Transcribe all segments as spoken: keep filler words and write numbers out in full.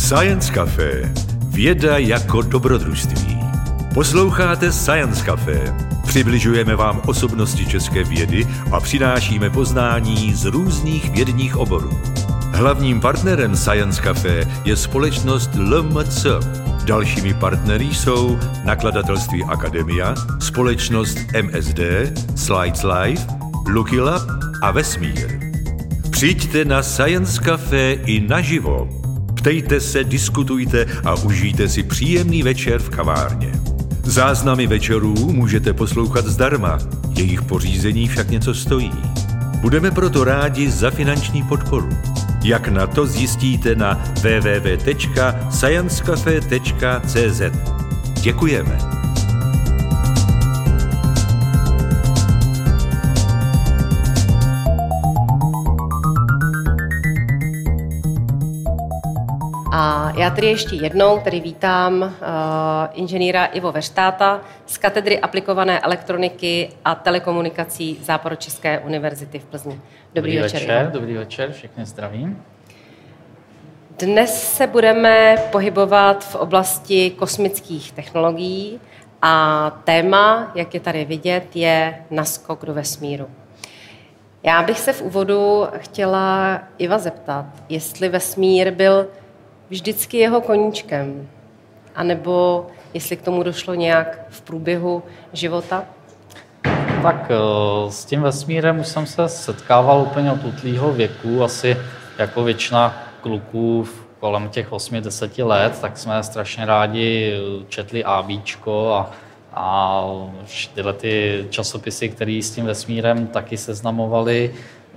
Science Café. Věda jako dobrodružství. Posloucháte Science Café. Přibližujeme vám osobnosti české vědy a přinášíme poznání z různých vědních oborů. Hlavním partnerem Science Café je společnost L M C. Dalšími partnery jsou nakladatelství Akademia, společnost M S D, Slides Live, Lucky Lab a Vesmír. Přijďte na Science Café i naživo. Ptejte se, diskutujte a užijte si příjemný večer v kavárně. Záznamy večerů můžete poslouchat zdarma, jejich pořízení však něco stojí. Budeme proto rádi za finanční podporu. Jak na to zjistíte na w w w tečka science cafe tečka c z. Děkujeme. A já tedy ještě jednou tady vítám uh, inženýra Ivo Verštáta z katedry aplikované elektroniky a telekomunikací Západočeské univerzity v Plzni. Dobrý, dobrý večer. večer dobrý večer, všechny zdravím. Dnes se budeme pohybovat v oblasti kosmických technologií a téma, jak je tady vidět, je naskok do vesmíru. Já bych se v úvodu chtěla Iva zeptat, jestli vesmír byl vždycky jeho koníčkem, anebo jestli k tomu došlo nějak v průběhu života? Tak s tím vesmírem už jsem se setkával úplně od útlýho věku, asi jako většina kluků kolem těch osmi deseti let, tak jsme strašně rádi četli ABčko a, a tyhle ty časopisy, které s tím vesmírem taky seznamovali.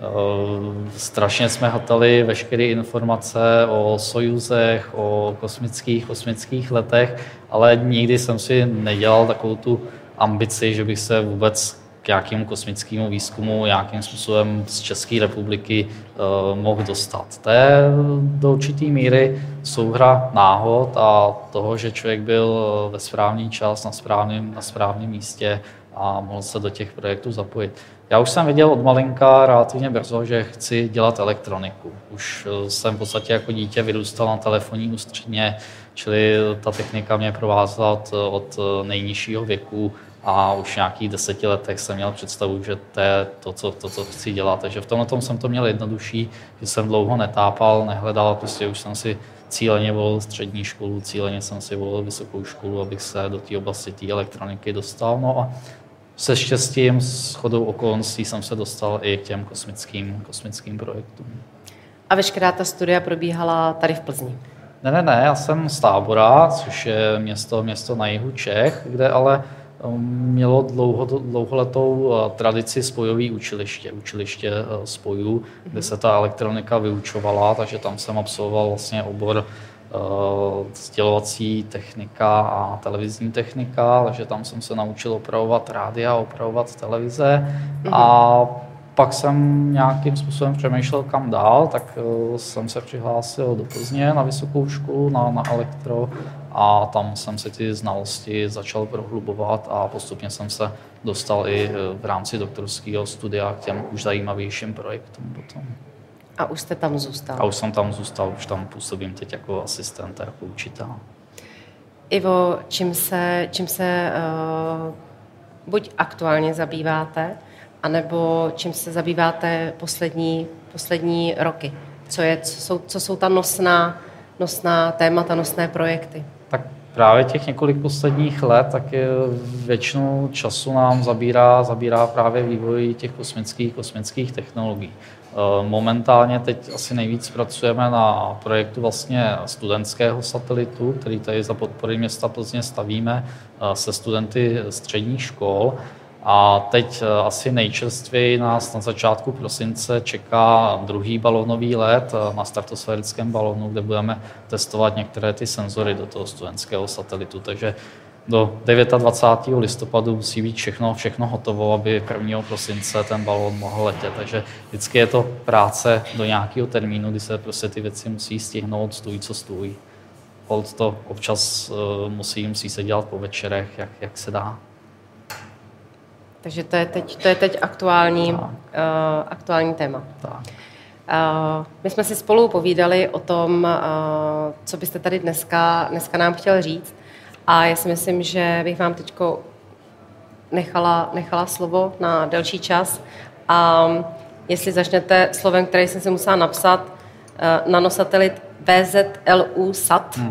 Strašně jsme hltali veškeré informace o Sojuzech, o kosmických, kosmických letech, ale nikdy jsem si nedělal takovou tu ambici, že bych se vůbec k nějakému kosmickému výzkumu nějakým způsobem z České republiky uh, mohl dostat. To je do určité míry souhra náhod a toho, že člověk byl ve správný čas na správném, na správném místě a mohl se do těch projektů zapojit. Já už jsem věděl od malinka relativně brzo, že chci dělat elektroniku. Už jsem v podstatě jako dítě vyrůstal na telefonní ústředně, čili ta technika mě provázela od, od nejnižšího věku a už v nějakých deseti letech jsem měl představu, že to je to, co, to, co chci dělat. Takže v tomhle tom jsem to měl jednodušší, že jsem dlouho netápal, nehledal, prostě už jsem si cíleně volil střední školu, cíleně jsem si volil vysokou školu, abych se do té oblasti té elektroniky dostal. No a se štěstím, s shodou okolností jsem se dostal i k těm kosmickým, kosmickým projektům. A veškerá ta studia probíhala tady v Plzni? Ne, ne, ne, já jsem z Tábora, což je město, město na jihu Čech, kde ale mělo dlouho, dlouholetou tradici spojové učiliště, učiliště spojů, kde se ta elektronika vyučovala, takže tam jsem absolvoval vlastně obor sdělovací technika a televizní technika, takže tam jsem se naučil opravovat rádia, opravovat televize a pak jsem nějakým způsobem přemýšlel, kam dál, tak jsem se přihlásil do Plzně na vysokou školu, na, na elektro a tam jsem si ty znalosti začal prohlubovat a postupně jsem se dostal i v rámci doktorského studia k těm už zajímavějším projektům potom. A už jste tam zůstal? A už jsem tam zůstal, už tam působím teď jako asistent a jako učitel. Ivo, čím se, čím se uh, buď aktuálně zabýváte, anebo čím se zabýváte poslední, poslední roky? Co, je, co, jsou, co jsou ta nosná, nosná témata, nosné projekty? Tak právě těch několik posledních let, tak je většinu času nám zabírá, zabírá právě vývoj těch kosmických, kosmických technologií. Momentálně teď asi nejvíc pracujeme na projektu vlastně studentského satelitu, který tady za podpory města Plzně stavíme se studenty středních škol. A teď asi nejčerstvěji nás na začátku prosince čeká druhý balónový let na stratosférickém balónu, kde budeme testovat některé ty senzory do toho studentského satelitu. Takže do dvacátého devátého listopadu musí být všechno, všechno hotovo, aby prvního prosince ten balón mohl letět. Takže vždycky je to práce do nějakého termínu, kdy se prostě ty věci musí stihnout, stůj co stůj. Holt to občas uh, musí, musí se dělat po večerech, jak, jak se dá. Takže to je teď, to je teď aktuální, uh, aktuální téma. Tak. My jsme si spolu povídali o tom, co byste tady dneska, dneska nám chtěl říct. A já si myslím, že bych vám teď nechala, nechala slovo na delší čas. A jestli začnete slovem, který jsem si musela napsat, nanosatelit V Z L U S A T. Mm. Uh,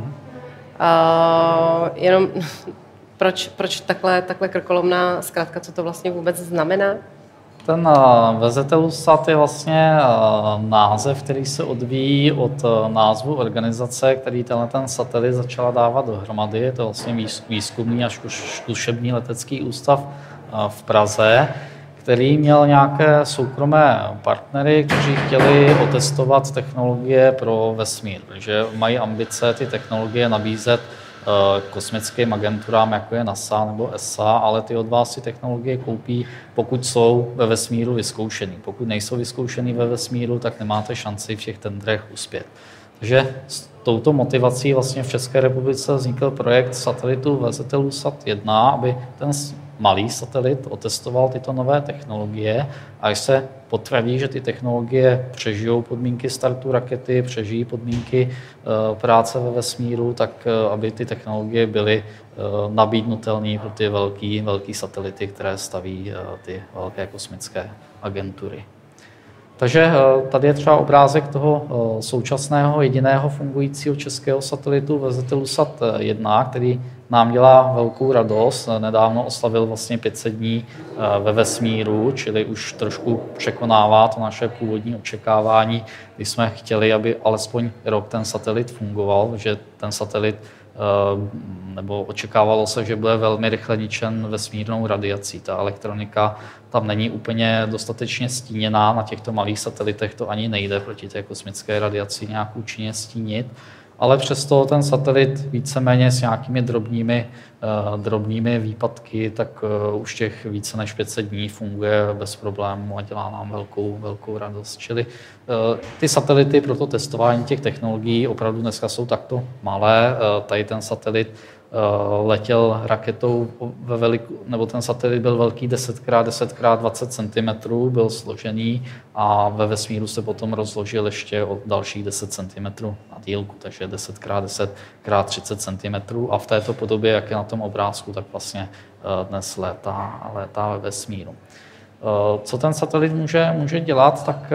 jenom proč, proč takhle, takhle krkolomná zkrátka, co to vlastně vůbec znamená? Ten V Z L U S A T je vlastně název, který se odvíjí od názvu organizace, který tenhle ten satelit začala dávat dohromady. Je to vlastně výzkumný a zkušební letecký ústav v Praze, který měl nějaké soukromé partnery, kteří chtěli otestovat technologie pro vesmír. Takže mají ambice ty technologie nabízet kosmickým agenturám, jako je NASA nebo E S A, ale ty od vás ty technologie koupí, pokud jsou ve vesmíru vyzkoušený. Pokud nejsou vyzkoušený ve vesmíru, tak nemáte šanci v těch tendrech uspět. Takže s touto motivací vlastně v České republice vznikl projekt satelitu V Z L U S A T jedna, aby ten malý satelit otestoval tyto nové technologie a až se potvrdí, že ty technologie přežijou podmínky startu rakety, přežijí podmínky práce ve vesmíru, tak aby ty technologie byly nabídnutelné pro ty velký, velký satelity, které staví ty velké kosmické agentury. Takže tady je třeba obrázek toho současného jediného fungujícího českého satelitu V Z L U S A T jedna, který nám dělá velkou radost. Nedávno oslavil vlastně pět set dní ve vesmíru, čili už trošku překonává to naše původní očekávání, když jsme chtěli, aby alespoň rok ten satelit fungoval, že ten satelit nebo očekávalo se, že bude velmi rychle ničen vesmírnou radiací. Ta elektronika tam není úplně dostatečně stíněná, na těchto malých satelitech to ani nejde proti té kosmické radiaci nějak účinně stínit, ale přesto ten satelit víceméně s nějakými drobnými, drobnými výpadky, tak už těch více než pět set dní funguje bez problémů a dělá nám velkou, velkou radost. Čili ty satelity pro to testování těch technologií opravdu dneska jsou takto malé. Tady ten satelit letěl raketou ve veliku, nebo ten satelit byl velký deset krát deset krát dvacet centimetrů, byl složený a ve vesmíru se potom rozložil ještě o dalších deset centimetrů na délku, takže deset krát deset krát třicet centimetrů a v této podobě, jak je na tom obrázku, tak vlastně dnes létá, létá ve vesmíru. Co ten satelit může, může dělat, tak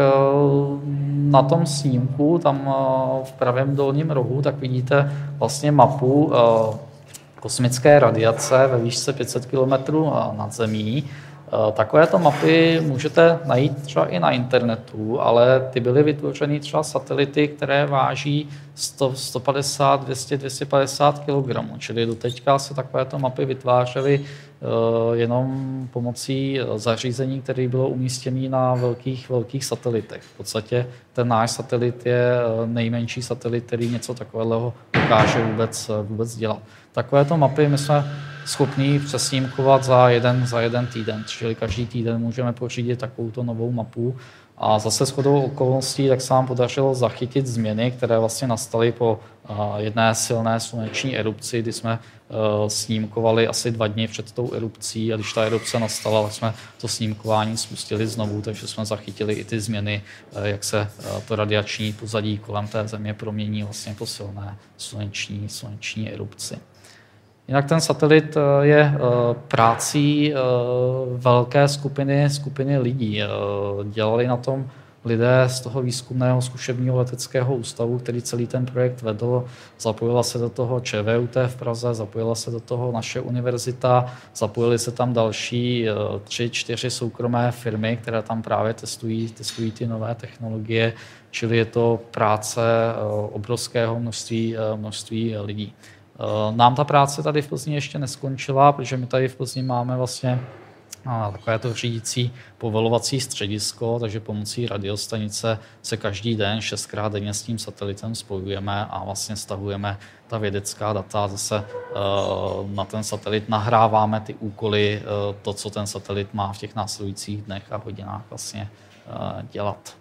na tom snímku, tam v pravém dolním rohu, tak vidíte vlastně mapu kosmické radiace ve výšce pět set kilometrů nad Zemí. Takovéto mapy můžete najít třeba i na internetu, ale ty byly vytvořeny třeba satelity, které váží sto, sto padesát, dvě stě, dvě stě padesát kilogramů. Čili doteďka se takovéto mapy vytvářely jenom pomocí zařízení, které bylo umístěné na velkých, velkých satelitech. V podstatě ten náš satelit je nejmenší satelit, který něco takového dokáže vůbec, vůbec dělat. Takovéto mapy my jsme schopní přesnímkovat za jeden, za jeden týden, čili každý týden můžeme pořídit takovouto novou mapu. A zase shodou okolností tak se nám podařilo zachytit změny, které vlastně nastaly po jedné silné sluneční erupci, kdy jsme snímkovali asi dva dny před tou erupcí a když ta erupce nastala, tak jsme to snímkování spustili znovu, takže jsme zachytili i ty změny, jak se to radiační pozadí kolem té Země promění vlastně po silné sluneční, sluneční erupci. Jinak ten satelit je prací velké skupiny, skupiny lidí. Dělali na tom lidé z toho výzkumného zkušebního leteckého ústavu, který celý ten projekt vedl. Zapojila se do toho ČVUT v Praze, zapojila se do toho naše univerzita, zapojily se tam další tři, čtyři soukromé firmy, které tam právě testují, testují ty nové technologie, čili je to práce obrovského množství, množství lidí. Nám ta práce tady v Plzni ještě neskončila, protože my tady v Plzni máme vlastně takové to řídící povolovací středisko, takže pomocí radiostanice se každý den, šestkrát denně s tím satelitem spojujeme a vlastně stahujeme ta vědecká data. Zase na ten satelit nahráváme ty úkoly, to, co ten satelit má v těch následujících dnech a hodinách vlastně dělat.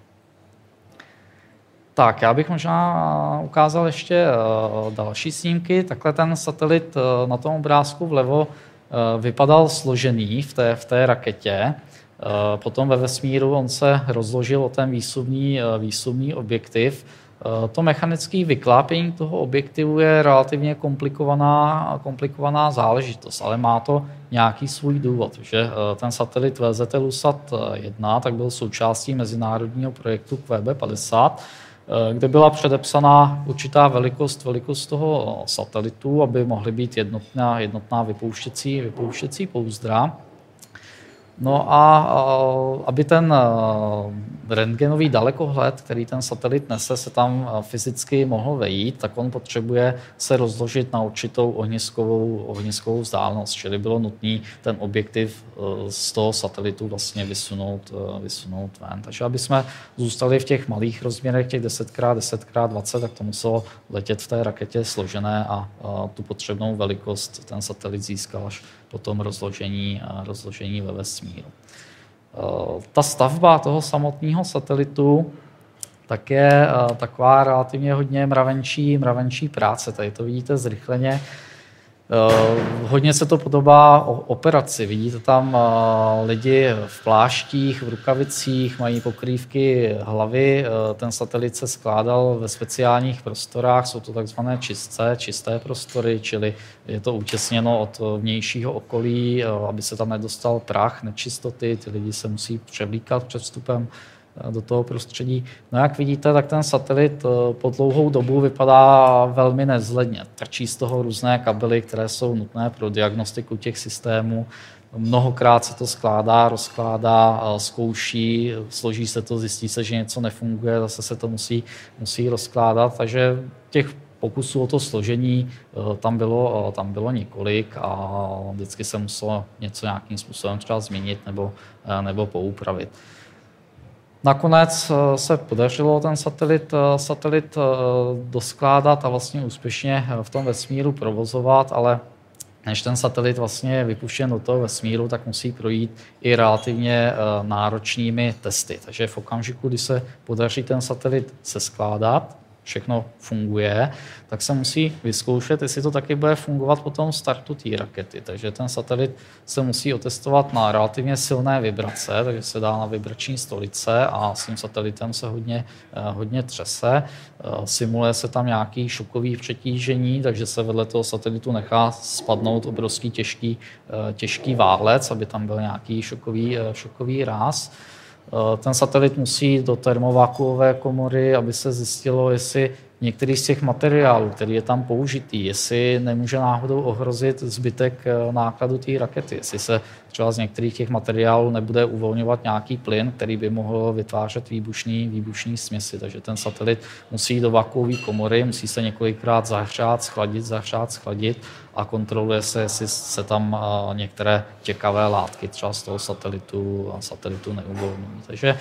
Tak, já bych možná ukázal ještě další snímky. Takhle ten satelit na tom obrázku vlevo vypadal složený v té, v té raketě. Potom ve vesmíru on se rozložil o ten výzumný, výzumný objektiv. To mechanické vyklápění toho objektivu je relativně komplikovaná, komplikovaná záležitost, ale má to nějaký svůj důvod, že ten satelit V Z T LUSAT jedna tak byl součástí mezinárodního projektu Q B padesát, kde byla předepsaná určitá velikost, velikost toho satelitu, aby mohly být jednotná, jednotná vypouštěcí, vypouštěcí pouzdra. No a aby ten rentgenový dalekohled, který ten satelit nese, se tam fyzicky mohl vejít, tak on potřebuje se rozložit na určitou ohniskovou, ohniskovou vzdálenost, čili bylo nutné ten objektiv z toho satelitu vlastně vysunout, vysunout ven. Takže aby jsme zůstali v těch malých rozměrech, těch deset krát deset krát dvacet, tak to muselo letět v té raketě složené a tu potřebnou velikost ten satelit získal až po tom rozložení, rozložení ve vesmíru. Ta stavba toho samotného satelitu tak je taková relativně hodně mravenčí, mravenčí práce. Tady to vidíte zrychleně. Hodně se to podobá o operaci. Vidíte tam lidi v pláštích, v rukavicích, mají pokrývky hlavy. Ten satelit se skládal ve speciálních prostorách, jsou to takzvané čistce, čisté prostory, čili je to utěsněno od vnějšího okolí, aby se tam nedostal prach, nečistoty. Ty lidi se musí převlíkat před vstupem do toho prostředí. No jak vidíte, tak ten satelit po dlouhou dobu vypadá velmi nevzhledně. Trčí z toho různé kabely, které jsou nutné pro diagnostiku těch systémů. Mnohokrát se to skládá, rozkládá, zkouší, složí se to, zjistí se, že něco nefunguje, zase se to musí, musí rozkládat. Takže těch pokusů o to složení tam bylo, tam bylo několik a vždycky se muselo něco nějakým způsobem třeba změnit nebo, nebo poupravit. Nakonec se podařilo ten satelit, satelit doskládat a vlastně úspěšně v tom vesmíru provozovat, ale než ten satelit vlastně je vypuštěn do toho vesmíru, tak musí projít i relativně náročnými testy. Takže v okamžiku, kdy se podaří ten satelit seskládat, všechno funguje, tak se musí vyzkoušet, jestli to taky bude fungovat po tom startu té rakety. Takže ten satelit se musí otestovat na relativně silné vibrace, takže se dá na vibrační stolice a s tím satelitem se hodně, hodně třese. Simuluje se tam nějaký šokový přetížení, takže se vedle toho satelitu nechá spadnout obrovský těžký, těžký válec, aby tam byl nějaký šokový, šokový ráz. Ten satelit musí do termovakuové komory, aby se zjistilo, jestli některý z těch materiálů, který je tam použitý, jestli nemůže náhodou ohrozit zbytek nákladu té rakety, jestli se třeba z některých těch materiálů nebude uvolňovat nějaký plyn, který by mohl vytvářet výbušný, výbušný směsi. Takže ten satelit musí do vakuové komory, musí se několikrát zahřát, schladit, zahřát, schladit a kontroluje se, jestli se tam některé těkavé látky třeba z toho satelitu, satelitu neuvolňují. Takže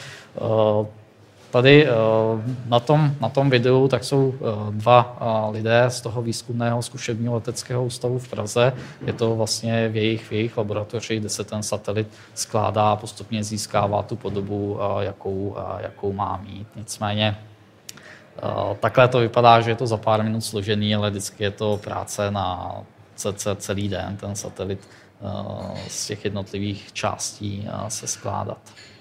tady na tom, na tom videu tak jsou dva lidé z toho výzkumného zkušebního leteckého ústavu v Praze. Je to vlastně v jejich, v jejich laboratoři, kde se ten satelit skládá a postupně získává tu podobu, jakou, jakou má mít. Nicméně takhle to vypadá, že je to za pár minut složený, ale vždycky je to práce na celý den, ten satelit z těch jednotlivých částí se skládat.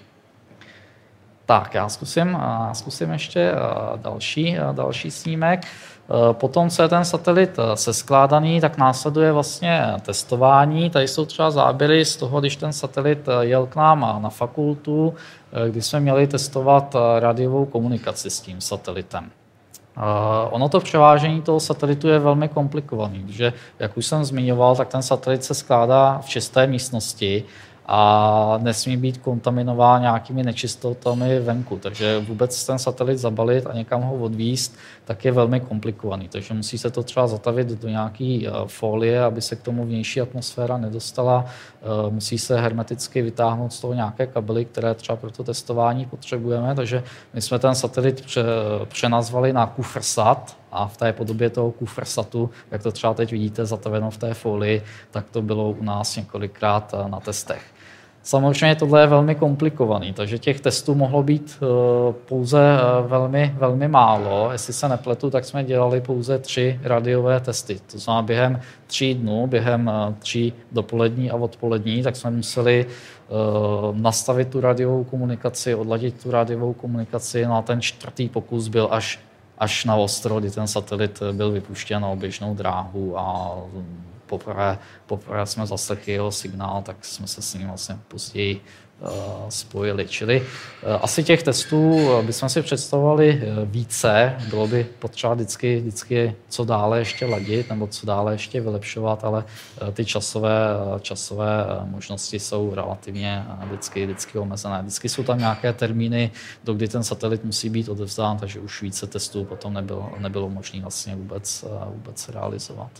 Tak, já zkusím, zkusím ještě další, další snímek. Potom, co je ten satelit seskládaný, tak následuje vlastně testování. Tady jsou třeba záběry z toho, když ten satelit jel k nám na fakultu, kdy jsme měli testovat rádiovou komunikaci s tím satelitem. Ono to převážení toho satelitu je velmi komplikované, protože, jak už jsem zmiňoval, tak ten satelit se skládá v čisté místnosti a nesmí být kontaminován nějakými nečistotami venku. Takže vůbec ten satelit zabalit a někam ho odvízt, tak je velmi komplikovaný. Takže musí se to třeba zatavit do nějaké folie, aby se k tomu vnější atmosféra nedostala. Musí se hermeticky vytáhnout z toho nějaké kabely, které třeba pro to testování potřebujeme. Takže my jsme ten satelit přenazvali na Kufrsat a v té podobě toho Kufrsatu, jak to třeba teď vidíte zataveno v té folii, tak to bylo u nás několikrát na testech. Samozřejmě tohle je velmi komplikovaný, takže těch testů mohlo být pouze velmi, velmi málo. Jestli se nepletu, tak jsme dělali pouze tři radiové testy. To znamená během tří dnů, během tří dopolední a odpolední, tak jsme museli nastavit tu radiovou komunikaci, odladit tu radiovou komunikaci. No a ten čtvrtý pokus byl až, až na ostro, kdy ten satelit byl vypuštěn na oběžnou dráhu a Poprvé, poprvé jsme zaslechli jeho signál, tak jsme se s ním vlastně později uh, spojili. Čili uh, asi těch testů bychom si představovali více, bylo by potřeba vždycky, vždycky co dále ještě ladit nebo co dále ještě vylepšovat, ale uh, ty časové, časové možnosti jsou relativně uh, vždycky, vždycky omezené. Vždycky jsou tam nějaké termíny, do kdy ten satelit musí být odevzdán, takže už více testů potom nebylo, nebylo možné vlastně vůbec, uh, vůbec realizovat.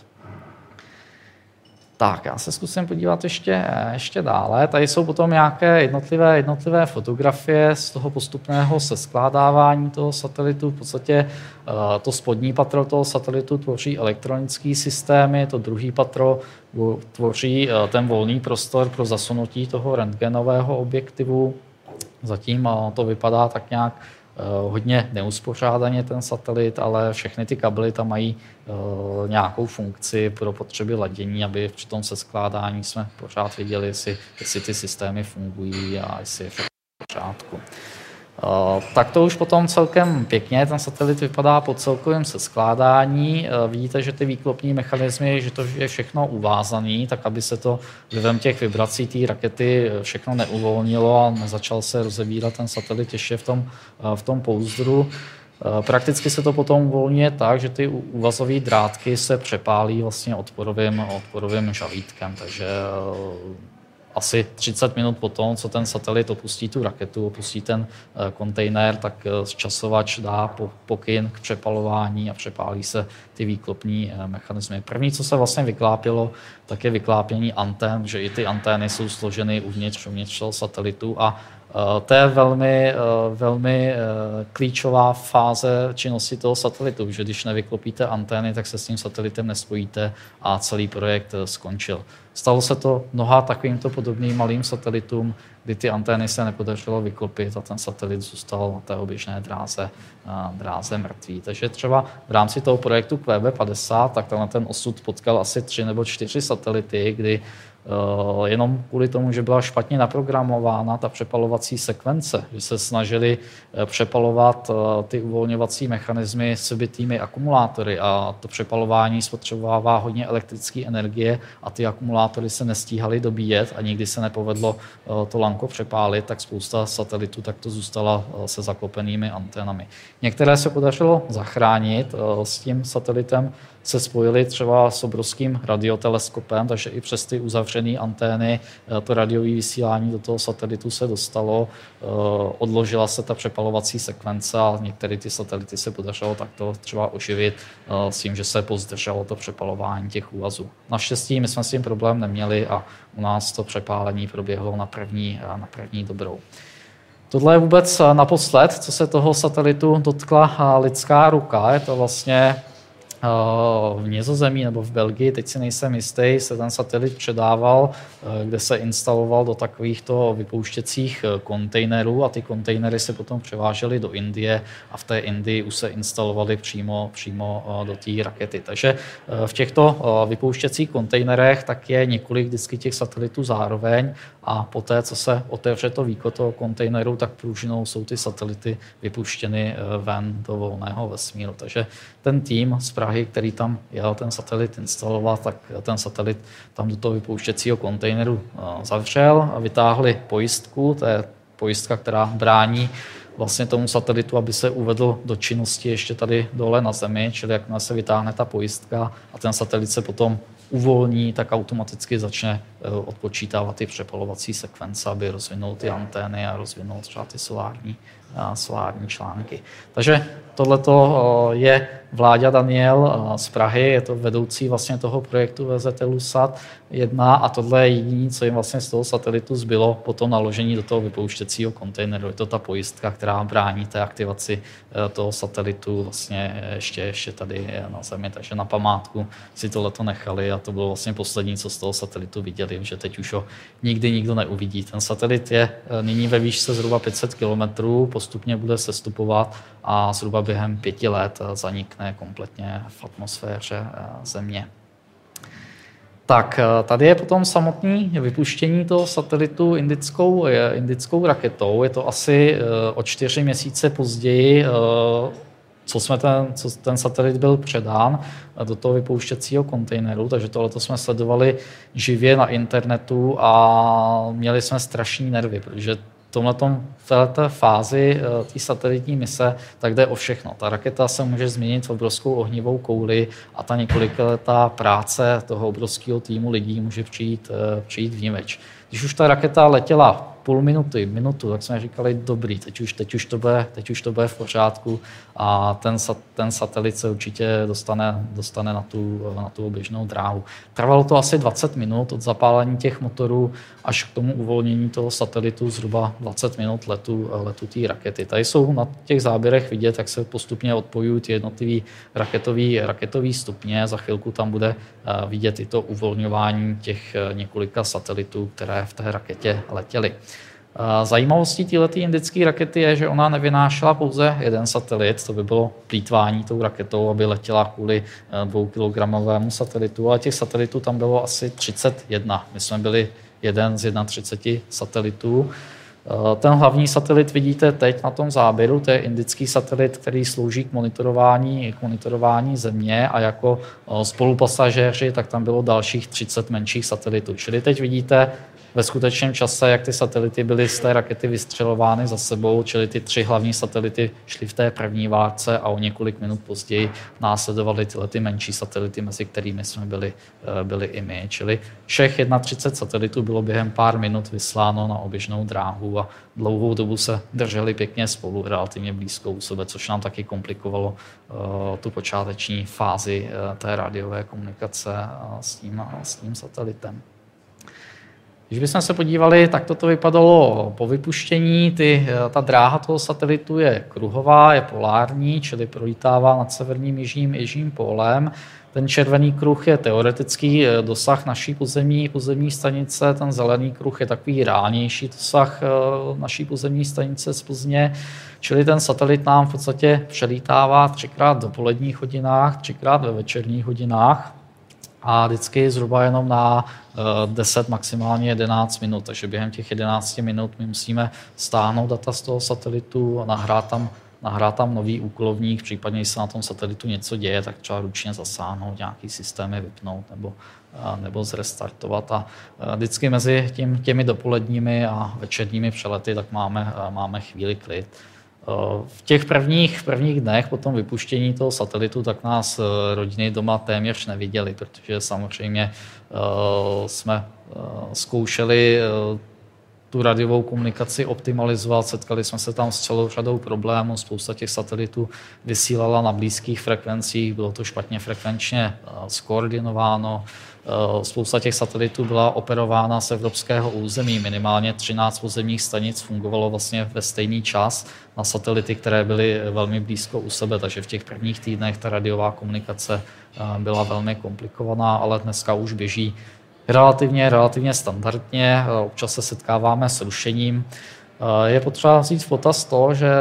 Tak, já se zkusím podívat ještě, ještě dále. Tady jsou potom nějaké jednotlivé, jednotlivé fotografie z toho postupného seskládávání toho satelitu. V podstatě to spodní patro toho satelitu tvoří elektronické systémy, to druhý patro tvoří ten volný prostor pro zasunutí toho rentgenového objektivu. Zatím to vypadá tak nějak hodně neuspořádaně ten satelit, ale všechny ty kabely tam mají uh, nějakou funkci pro potřeby ladění, aby při tom seskládání jsme pořád viděli, jestli, jestli ty systémy fungují a jestli je všechno v pořádku. Uh, tak to už potom celkem pěkně, ten satelit vypadá po celkovém seskládání. Uh, vidíte, že ty výklopní mechanismy, že to je všechno uvázané, tak aby se to vlivem těch vibrací té rakety všechno neuvolnilo a nezačal se rozebírat ten satelit ještě v tom, uh, v tom pouzdru. Uh, prakticky se to potom uvolňuje tak, že ty uvazové drátky se přepálí vlastně odporovým, odporovým žalítkem, takže uh, asi třicet minut potom, co ten satelit opustí tu raketu, opustí ten kontejner, tak časovač dá pokyn k přepalování a přepálí se ty výklopní mechanismy. První, co se vlastně vyklápělo, tak je vyklápění antén, že i ty antény jsou složeny uvnitř, uvnitř toho satelitu a to je velmi, velmi klíčová fáze činnosti toho satelitu, že když nevyklopíte antény, tak se s tím satelitem nespojíte a celý projekt skončil. Stalo se to mnoha takovýmto podobným malým satelitům, kdy ty antény se nepodařilo vyklopit a ten satelit zůstal na té oběžné dráze, dráze mrtvý. Takže třeba v rámci toho projektu Q B padesát, tak tenhle ten osud potkal asi tři nebo čtyři satelity, kdy Uh, jenom kvůli tomu, že byla špatně naprogramována ta přepalovací sekvence, že se snažili uh, přepalovat uh, ty uvolňovací mechanismy s vybitými akumulátory a to přepalování spotřebovává hodně elektrické energie a ty akumulátory se nestíhaly dobíjet a nikdy se nepovedlo uh, to lanko přepálit, tak spousta satelitů takto zůstala uh, se zaklopenými anténami. Některé se podařilo zachránit uh, s tím satelitem, se spojili třeba s obrovským radioteleskopem, takže i přes ty uzavřené antény to radiové vysílání do toho satelitu se dostalo, odložila se ta přepalovací sekvence a některé ty satelity se podařilo takto třeba oživit s tím, že se pozdrželo to přepalování těch úvazů. Naštěstí my jsme s tím problém neměli a u nás to přepálení proběhlo na první, na první dobrou. Tohle je vůbec naposled, co se toho satelitu dotkla lidská ruka. Je to vlastně v Nizozemí nebo v Belgii, teď si nejsem jistý, se ten satelit předával, kde se instaloval do takovýchto vypouštěcích kontejnerů a ty kontejnery se potom převážely do Indie a v té Indii už se instalovaly přímo, přímo do té rakety. Takže v těchto vypouštěcích kontejnerech tak je několik vždycky těch satelitů zároveň a poté, co se otevře to víko toho kontejneru, tak pružinou jsou ty satelity vypuštěny ven do volného vesmíru. Takže ten tým z Prahy, který tam jel ten satelit instalovat, tak ten satelit tam do toho vypouštěcího kontejneru zavřel a vytáhli pojistku, to je pojistka, která brání vlastně tomu satelitu, aby se uvedl do činnosti ještě tady dole na Zemi, čili jakmile se vytáhne ta pojistka a ten satelit se potom uvolní, tak automaticky začne odpočítávat ty přepalovací sekvence, aby rozvinul ty antény a rozvinul třeba ty solární solární články. Takže tohleto je Vláďa Daniel z Prahy, je to vedoucí vlastně toho projektu V Z Telesat jedna a tohle je jediné, co jim vlastně z toho satelitu zbylo po tom naložení do toho vypouštěcího kontejneru. Je to ta pojistka, která brání té aktivaci toho satelitu vlastně ještě, ještě tady na Zemi, takže na památku si tohleto nechali a to bylo vlastně poslední, co z toho satelitu viděli, že teď už ho nikdy nikdo neuvidí. Ten satelit je nyní ve výšce zhruba pět set kilometrů, postupně bude sestupovat a zhruba během pěti let zanikne kompletně v atmosféře Země. Tak, tady je potom samotné vypuštění toho satelitu indickou, indickou raketou. Je to asi o čtyři měsíce později, co, jsme ten, co ten satelit byl předán do toho vypouštěcího kontejneru, takže tohleto jsme sledovali živě na internetu a měli jsme strašný nervy, protože tomhletom, v této fázi té satelitní mise, tak jde o všechno. Ta raketa se může změnit v obrovskou ohnivou kouli a ta několikaletá práce toho obrovského týmu lidí může přijít, přijít vniveč. Když už ta raketa letěla půl minuty, minutu, tak jsme říkali, dobrý, teď už, teď už, to, bude, teď už to bude v pořádku a ten, ten satelit se určitě dostane, dostane na, tu, na tu běžnou dráhu. Trvalo to asi dvacet minut od zapálení těch motorů až k tomu uvolnění toho satelitu, zhruba dvacet minut letu, letu té rakety. Tady jsou na těch záběrech vidět, jak se postupně odpojují ty jednotlivé raketové raketový stupně. Za chvilku tam bude vidět i to uvolňování těch několika satelitů, které v té raketě letěly. Zajímavostí této indické rakety je, že ona nevynášela pouze jeden satelit, to by bylo plýtvání tou raketou, aby letěla kvůli dvoukilogramovému satelitu, ale těch satelitů tam bylo asi třicet jedna. My jsme byli jeden z třiceti jedna satelitů. Ten hlavní satelit vidíte teď na tom záběru, to je indický satelit, který slouží k monitorování, k monitorování Země a jako spolupasažéři, tak tam bylo dalších třicet menších satelitů. Čili teď vidíte ve skutečném čase, jak ty satelity byly z té rakety vystřelovány za sebou, čili ty tři hlavní satelity šly v té první várce a o několik minut později následovaly tyhle ty menší satelity, mezi kterými jsme byli, byli i my. Čili všech třicet jedna satelitů bylo během pár minut vysláno na oběžnou dráhu a dlouhou dobu se drželi pěkně spolu, relativně blízko u sebe, což nám taky komplikovalo uh, tu počáteční fázi uh, té rádiové komunikace uh, s, tím, uh, s tím satelitem. Když bychom se podívali, tak toto vypadalo po vypuštění. Ty, ta dráha toho satelitu je kruhová, je polární, čili prolítává nad severním jižním, jižním pólem. Ten červený kruh je teoretický dosah naší pozemní, pozemní stanice, ten zelený kruh je takový reálnější dosah naší pozemní stanice z Plzně. Čili ten satelit nám v podstatě přelítává třikrát v dopoledních hodinách, třikrát ve večerních hodinách. A vždycky zhruba jenom na deset, maximálně jedenáct minut. Takže během těch jedenácti minut my musíme stáhnout data z toho satelitu a nahrát tam, nahrát tam nový úkolovník, případně když se na tom satelitu něco děje, tak třeba ručně zasáhnout, nějaký systémy vypnout nebo, nebo zrestartovat. A vždycky mezi tím, těmi dopoledními a večerními přelety tak máme, máme chvíli klid. V těch prvních, prvních dnech po tom vypuštění toho satelitu tak nás rodiny doma téměř neviděli, protože samozřejmě jsme zkoušeli tu radiovou komunikaci optimalizovat, setkali jsme se tam s celou řadou problémů, spousta těch satelitů vysílala na blízkých frekvencích, bylo to špatně frekvenčně skoordinováno, spousta těch satelitů byla operována z evropského území, minimálně třináct pozemních stanic fungovalo vlastně ve stejný čas na satelity, které byly velmi blízko u sebe, takže v těch prvních týdnech ta radiová komunikace byla velmi komplikovaná, ale dneska už běží relativně, relativně standardně, občas se setkáváme s rušením. Je potřeba vzít v potaz to, že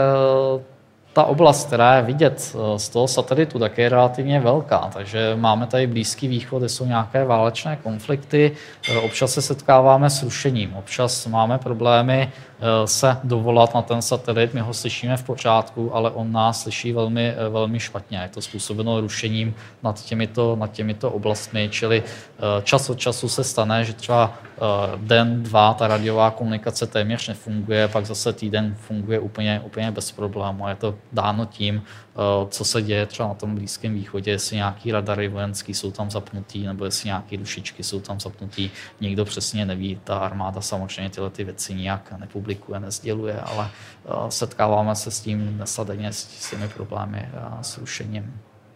ta oblast, která je vidět z toho satelitu, tak je relativně velká, takže máme tady Blízký východ, kde jsou nějaké válečné konflikty, občas se setkáváme s rušením, občas máme problémy se dovolat na ten satelit, my ho slyšíme v pořádku, ale on nás slyší velmi, velmi špatně. Je to způsobeno rušením nad těmito, nad těmito oblastmi, čili čas od času se stane, že třeba den, dva ta radiová komunikace téměř nefunguje, pak zase týden funguje úplně, úplně bez problému. Je to dáno tím, co se děje třeba na tom Blízkém východě, jestli nějaký radary vojenský jsou tam zapnutý, nebo jestli nějaké dušičky jsou tam zapnutý. Nikdo přesně neví, ta armáda samozřejmě tyhle ty věci nijak nepublikuje, nezděluje, ale setkáváme se s tím dnes a denně, s těmi problémy s rušením.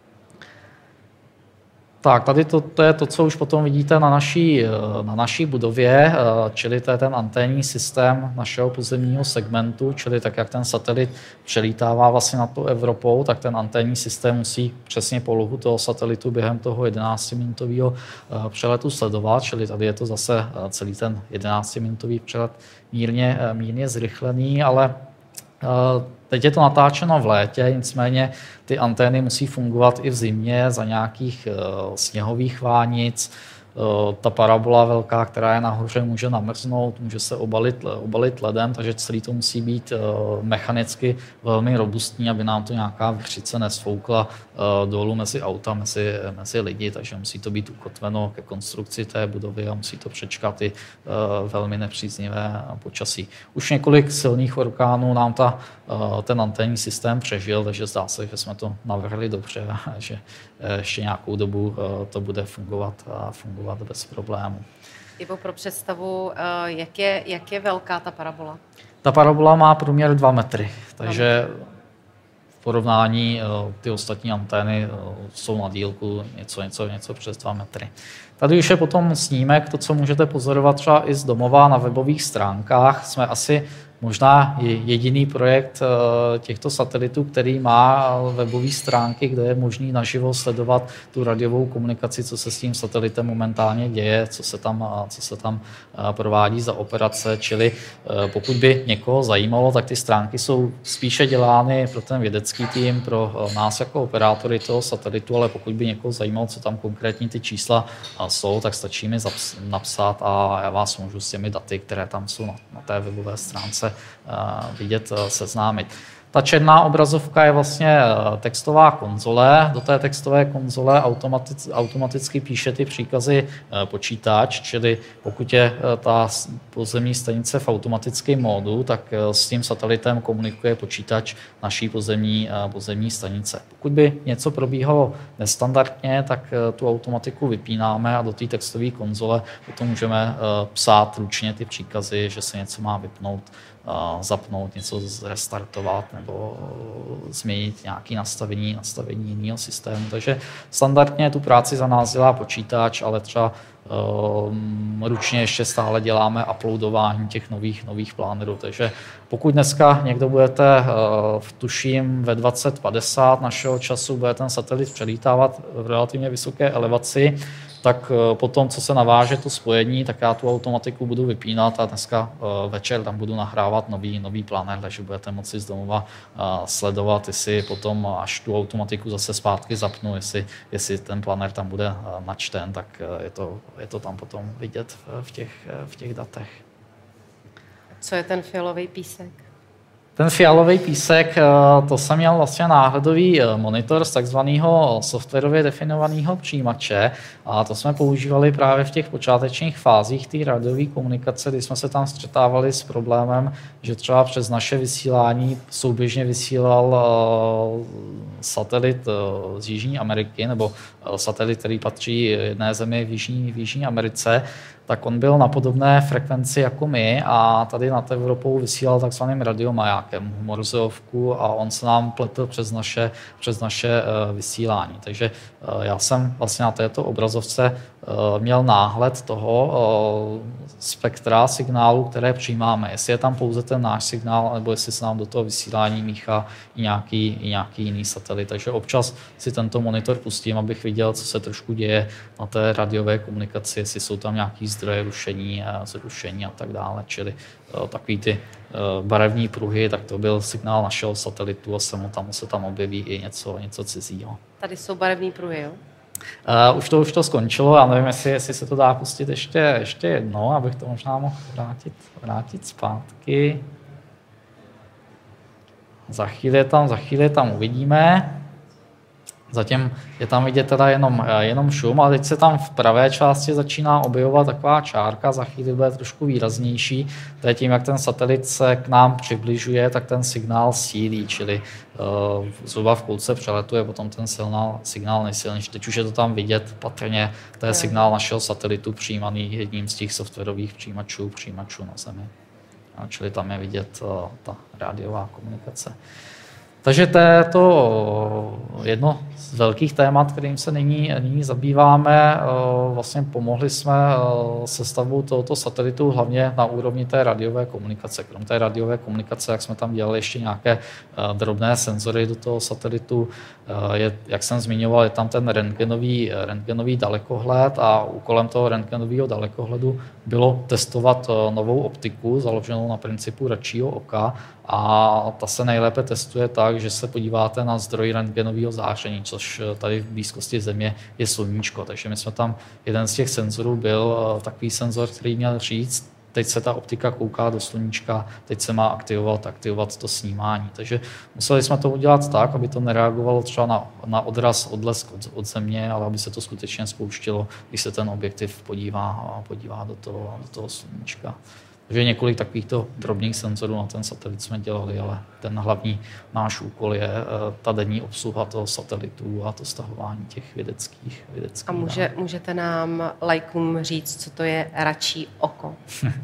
Tak, tady to, to je to, co už potom vidíte na naší, na naší budově, čili to je ten anténní systém našeho pozemního segmentu, čili tak, jak ten satelit přelítává vlastně nad tou Evropou, tak ten anténní systém musí přesně polohu toho satelitu během toho jedenáctiminutového přeletu sledovat, čili tady je to zase celý ten jedenáctiminutový přelet mírně, mírně zrychlený, ale teď je to natáčeno v létě, nicméně ty antény musí fungovat i v zimě za nějakých sněhových vánic. Ta parabola velká, která je nahoře, může namrznout, může se obalit, obalit ledem, takže celý to musí být mechanicky velmi robustní, aby nám to nějaká vřice nesfoukla dolů mezi auta, mezi, mezi lidi, takže musí to být ukotveno ke konstrukci té budovy a musí to přečkat i velmi nepříznivé počasí. Už několik silných orkánů nám ta, ten anténní systém přežil, takže zdá se, že jsme to navrhli dobře, že ještě nějakou dobu to bude fungovat a fungovat bez problémů. Ivo, pro představu, jak je, jak je velká ta parabola? Ta parabola má průměr dva metry, takže v porovnání ty ostatní antény jsou na dílku něco, něco, něco přes dva metry. Tady už je potom snímek, to, co můžete pozorovat třeba i z domova na webových stránkách. Jsme asi možná jediný projekt těchto satelitů, který má webové stránky, kde je možný naživo sledovat tu radiovou komunikaci, co se s tím satelitem momentálně děje, co se tam, co se tam provádí za operace. Čili pokud by někoho zajímalo, tak ty stránky jsou spíše dělány pro ten vědecký tým, pro nás jako operátory toho satelitu, ale pokud by někoho zajímalo, co tam konkrétní ty čísla jsou, tak stačí mi napsat a já vás můžu s těmi daty, které tam jsou na, na té webové stránce, vidět, seznámit. Ta černá obrazovka je vlastně textová konzole. Do té textové konzole automaticky, automaticky píše ty příkazy počítač, čili pokud je ta pozemní stanice v automatickém módu, tak s tím satelitem komunikuje počítač naší pozemní, pozemní stanice. Pokud by něco probíhalo nestandardně, tak tu automatiku vypínáme a do té textové konzole potom můžeme psát ručně ty příkazy, že se něco má vypnout, zapnout, něco zrestartovat nebo změnit nějaké nastavení, nastavení jiného systému. Takže standardně tu práci za nás dělá počítač, ale třeba um, ručně ještě stále děláme uploadování těch nových, nových plánerů. Takže pokud dneska někdo budete, uh, tuším, ve dvacet padesát našeho času bude ten satelit přelítávat v relativně vysoké elevaci, tak potom, co se naváže to spojení, tak já tu automatiku budu vypínat a dneska večer tam budu nahrávat nový, nový planér, takže budete moci z domova sledovat, jestli potom, až tu automatiku zase zpátky zapnu, jestli, jestli ten planér tam bude načten, tak je to, je to tam potom vidět v těch, v těch datech. Co je ten fialový písek? Ten fialový písek, to jsem měl vlastně náhledový monitor z takzvaného softwarově definovaného přijímače a to jsme používali právě v těch počátečních fázích té radiové komunikace, kdy jsme se tam střetávali s problémem, že třeba přes naše vysílání souběžně vysílal satelit z Jižní Ameriky nebo satelit, který patří jedné zemi v Jižní, v Jižní Americe, tak on byl na podobné frekvenci jako my a tady nad Evropou vysílal takzvaným radiomajákem Morzeovku a on se nám pletl přes naše, přes naše vysílání. Takže já jsem vlastně na této obrazovce měl náhled toho spektra signálu, které přijímáme. Jestli je tam pouze ten náš signál, nebo jestli se nám do toho vysílání míchá i nějaký, i nějaký jiný satelit. Takže občas si tento monitor pustím, abych viděl, co se trošku děje na té radiové komunikaci, jestli jsou tam nějaký zdroje rušení, zrušení a tak dále. Čili takový ty barevní pruhy, tak to byl signál našeho satelitu a samo tam se tam objeví i něco, něco cizího. Tady jsou barevní pruhy, jo? Uh, už, to, už to skončilo, já nevím, jestli, jestli se to dá pustit ještě, ještě jednou, abych to možná mohl vrátit, vrátit zpátky. Za chvíli tam, za chvíli tam uvidíme. Zatím je tam vidět teda jenom, jenom šum, a teď se tam v pravé části začíná objevovat taková čárka, za chvíli bude trošku výraznější. To je tím, jak ten satelit se k nám přibližuje, tak ten signál sílí, čili uh, zhruba v půlce přeletu je potom ten signál, signál nejsilnější. Teď už je to tam vidět patrně, to je signál našeho satelitu přijímaný jedním z těch softwarových přijímačů, přijímačů na Zemi. A čili tam je vidět uh, ta rádiová komunikace. Takže to je to jedno z velkých témat, kterým se nyní, nyní zabýváme. Vlastně pomohli jsme se stavbou tohoto satelitu hlavně na úrovni té rádiové komunikace. Krom té rádiové komunikace, jak jsme tam dělali ještě nějaké drobné senzory do toho satelitu, je, jak jsem zmiňoval, je tam ten rentgenový, rentgenový dalekohled a úkolem toho rentgenového dalekohledu bylo testovat novou optiku založenou na principu račího oka, a ta se nejlépe testuje tak, že se podíváte na zdroj rentgenového záření, což tady v blízkosti Země je sluníčko. Takže my jsme tam, jeden z těch senzorů byl takový senzor, který měl říct, teď se ta optika kouká do sluníčka, teď se má aktivovat, aktivovat to snímání. Takže museli jsme to udělat tak, aby to nereagovalo třeba na, na odraz, odlesk od, od Země, ale aby se to skutečně spouštilo, když se ten objektiv podívá, podívá do toho, do toho sluníčka. Takže několik takovýchto drobných senzorů na ten satelit jsme dělali, ale ten hlavní náš úkol je ta denní obsluha toho satelitu a to stahování těch vědeckých, vědeckých A může, můžete nám laikům říct, co to je račí oko?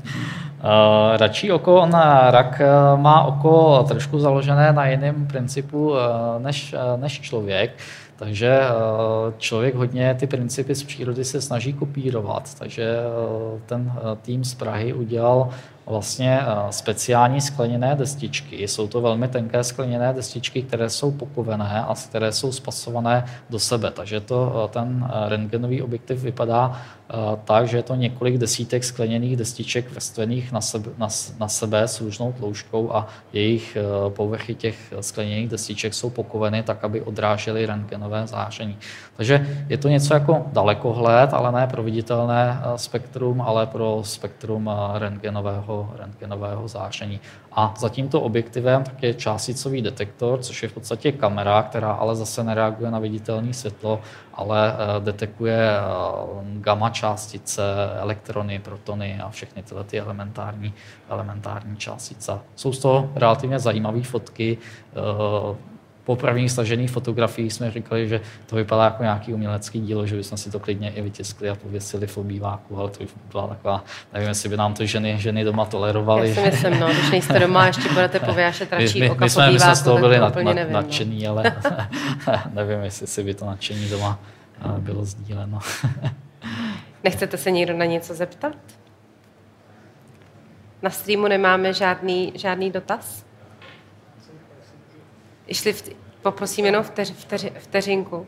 Račí oko, on rak má oko trošku založené na jiném principu než, než člověk. Takže člověk hodně ty principy z přírody se snaží kopírovat, takže ten tým z Prahy udělal vlastně speciální skleněné destičky. Jsou to velmi tenké skleněné destičky, které jsou pokovené a které jsou spasované do sebe. Takže to, ten rentgenový objektiv vypadá tak, že je to několik desítek skleněných destiček vrstvených na sebe, na, na sebe s různou tloušťkou a jejich povrchy těch skleněných destiček jsou pokoveny tak, aby odrážely rentgenové záření. Takže je to něco jako dalekohled, ale ne pro viditelné spektrum, ale pro spektrum rentgenového, rentgenového záření. A za tímto objektivem tak je částicový detektor, což je v podstatě kamera, která ale zase nereaguje na viditelné světlo, ale detekuje gamma částice, elektrony, protony a všechny tyhle ty elementární, elementární částice. Jsou z toho relativně zajímavé fotky. Po prvních stažených fotografiích jsme říkali, že to vypadá jako nějaký umělecký dílo, že bychom si to klidně i vytiskli a pověsili v obýváku, ale to už byla taková, nevím, jestli by nám to ženy, ženy doma tolerovaly. Já si myslím, no, když nejste doma, ještě budete pověšet račí my, oka my v obýváku, my jsme z toho byli nad, nad, nevím, nadšení, no. ale nevím, jestli si by to nadšení doma bylo sdíleno. Nechcete se někdo na něco zeptat? Na streamu nemáme žádný, žádný dotaz? Išli v, poprosím jenom vteř, vteř, vteřinku.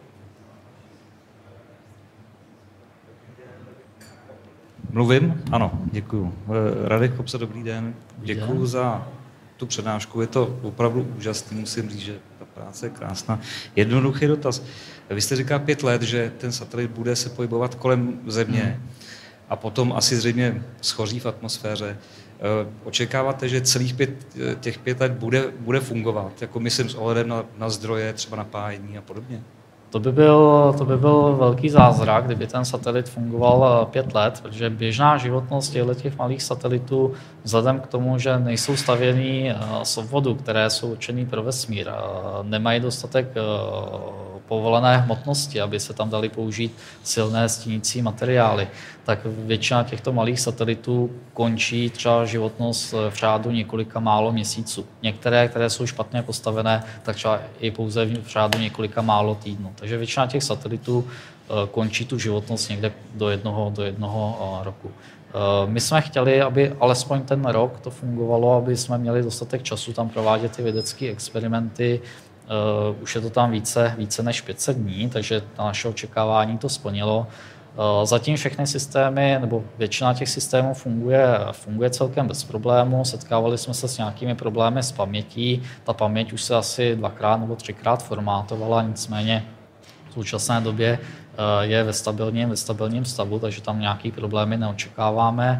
Mluvím? Ano, děkuju. Radek Kopsa, dobrý den. Děkuju za tu přednášku. Je to opravdu úžasný, musím říct, že ta práce je krásná. Jednoduchý dotaz. Vy jste říkal pět let, že ten satelit bude se pohybovat kolem Země hmm. a potom asi zřejmě schoří v atmosféře. Očekáváte, že celých pět, těch pět let bude, bude fungovat? Jako myslím s ohledem na, na zdroje, třeba napájení a podobně? To by, byl, to by byl velký zázrak, kdyby ten satelit fungoval pět let, protože běžná životnost těch malých satelitů, vzhledem k tomu, že nejsou stavěný z obvodu, které jsou určený pro vesmír, nemají dostatek povolené hmotnosti, aby se tam dali použít silné stínící materiály, tak většina těchto malých satelitů končí třeba životnost v řádu několika málo měsíců. Některé, které jsou špatně postavené, tak třeba i pouze v řádu několika málo týdnů. Takže většina těch satelitů končí tu životnost někde do jednoho, do jednoho roku. My jsme chtěli, aby alespoň ten rok to fungovalo, aby jsme měli dostatek času tam provádět ty vědecké experimenty. Uh, už je to tam více, více než pět set dní, takže na naše očekávání to splnilo. Uh, zatím všechny systémy, nebo většina těch systémů funguje, funguje celkem bez problémů. Setkávali jsme se s nějakými problémy s pamětí. Ta paměť už se asi dvakrát nebo třikrát formátovala, nicméně v současné době uh, je ve stabilním, ve stabilním stavu, takže tam nějaké problémy neočekáváme.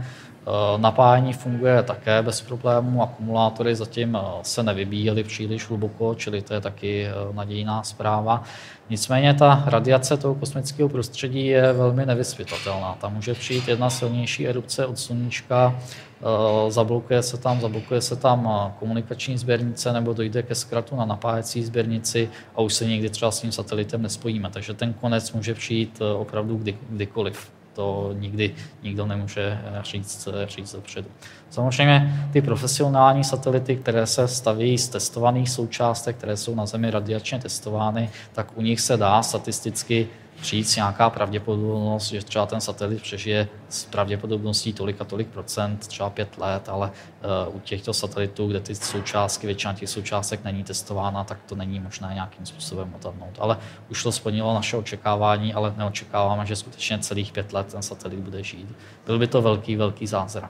Napájení funguje také bez problémů, akumulátory zatím se nevybíjely příliš hluboko, čili to je taky nadějná zpráva. Nicméně ta radiace toho kosmického prostředí je velmi nevysvětlitelná. Tam může přijít jedna silnější erupce od sluníčka, zablokuje se tam, zablokuje se tam komunikační sběrnice nebo dojde ke zkratu na napájecí sběrnici a už se někdy třeba s tím satelitem nespojíme. Takže ten konec může přijít opravdu kdy, kdykoliv. To nikdy nikdo nemůže říct, říct dopředu. Samozřejmě ty profesionální satelity, které se staví z testovaných součástek, které jsou na Zemi radiačně testovány, tak u nich se dá statisticky říct nějaká pravděpodobnost, že třeba ten satelit přežije s pravděpodobností tolik a tolik procent, třeba pět let, ale uh, u těchto satelitů, kde ty součástky, většina těch součástek není testována, tak to není možné nějakým způsobem odhadnout. Ale už to splnilo naše očekávání, ale neočekáváme, že skutečně celých pět let ten satelit bude žít. Byl by to velký, velký zázrak.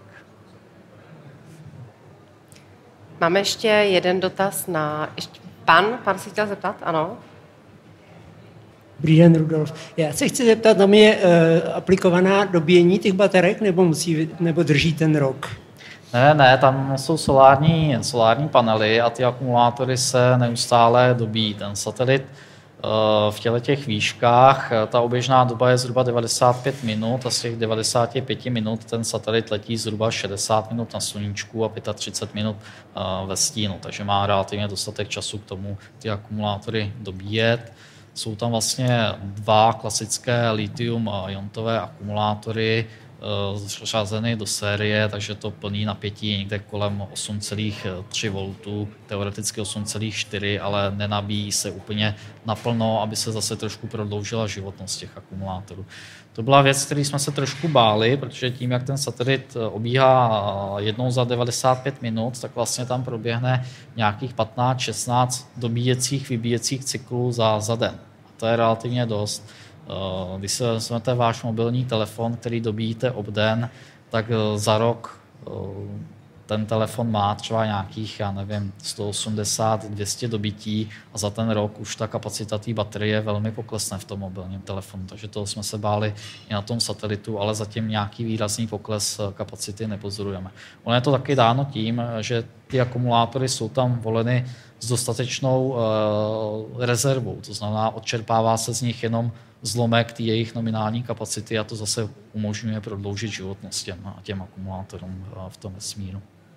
Máme ještě jeden dotaz na... Ještě... Pan, pan si chtěl zeptat? Ano. Dobrý den, Rudolf. Já se chci zeptat, tam je e, aplikovaná dobíjení těch baterek, nebo, musí, nebo drží ten rok? Ne, ne, tam jsou solární, solární panely a ty akumulátory se neustále dobíjí. Ten satelit v těle těch výškách, ta oběžná doba je zhruba devadesát pět minut a z těch devadesát pět minut ten satelit letí zhruba šedesát minut na sluníčku a třicet pět minut ve stínu, takže má relativně dostatek času k tomu ty akumulátory dobíjet. Jsou tam vlastně dva klasické lithium-iontové akumulátory řazeny do série, takže to plný napětí je někde kolem osm celá tři voltů, teoreticky osm celá čtyři, ale nenabíjí se úplně naplno, aby se zase trošku prodloužila životnost těch akumulátorů. To byla věc, který jsme se trošku báli, protože tím, jak ten satelit obíhá jednou za devadesát pět minut, tak vlastně tam proběhne nějakých patnáct šestnáct dobíjecích, vybíjecích cyklů za, za den. A to je relativně dost. Když se vezmete váš mobilní telefon, který dobíjíte obden, tak za rok ten telefon má třeba nějakých, já nevím, sto osmdesát dvě stě dobití a za ten rok už ta kapacita té baterie velmi poklesne v tom mobilním telefonu. Takže toho jsme se báli i na tom satelitu, ale zatím nějaký výrazný pokles kapacity nepozorujeme. Ono je to taky dáno tím, že ty akumulátory jsou tam voleny s dostatečnou uh, rezervou. To znamená, odčerpává se z nich jenom zlomek té jejich nominální kapacity a to zase umožňuje prodloužit životnost těm, těm akumulátorům v tom vesmíru.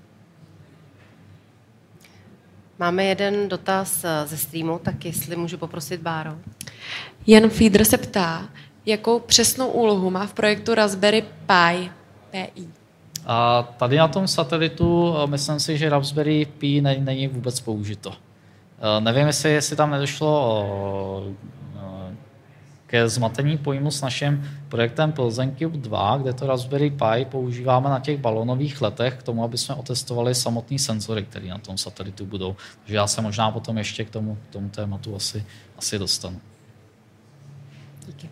Máme jeden dotaz ze streamu, tak jestli můžu poprosit Báro. Jan Fiedr se ptá, jakou přesnou úlohu má v projektu Raspberry Pi P I? A tady na tom satelitu myslím si, že Raspberry Pi není vůbec použito. Nevím, jestli, jestli tam nedošlo ke zmatení pojmu s naším projektem Pilsen Cube dva, kde to Raspberry Pi používáme na těch balonových letech k tomu, aby jsme otestovali samotný senzory, které na tom satelitu budou. Takže já se možná potom ještě k tomu, k tomu tématu asi, asi dostanu. Díky.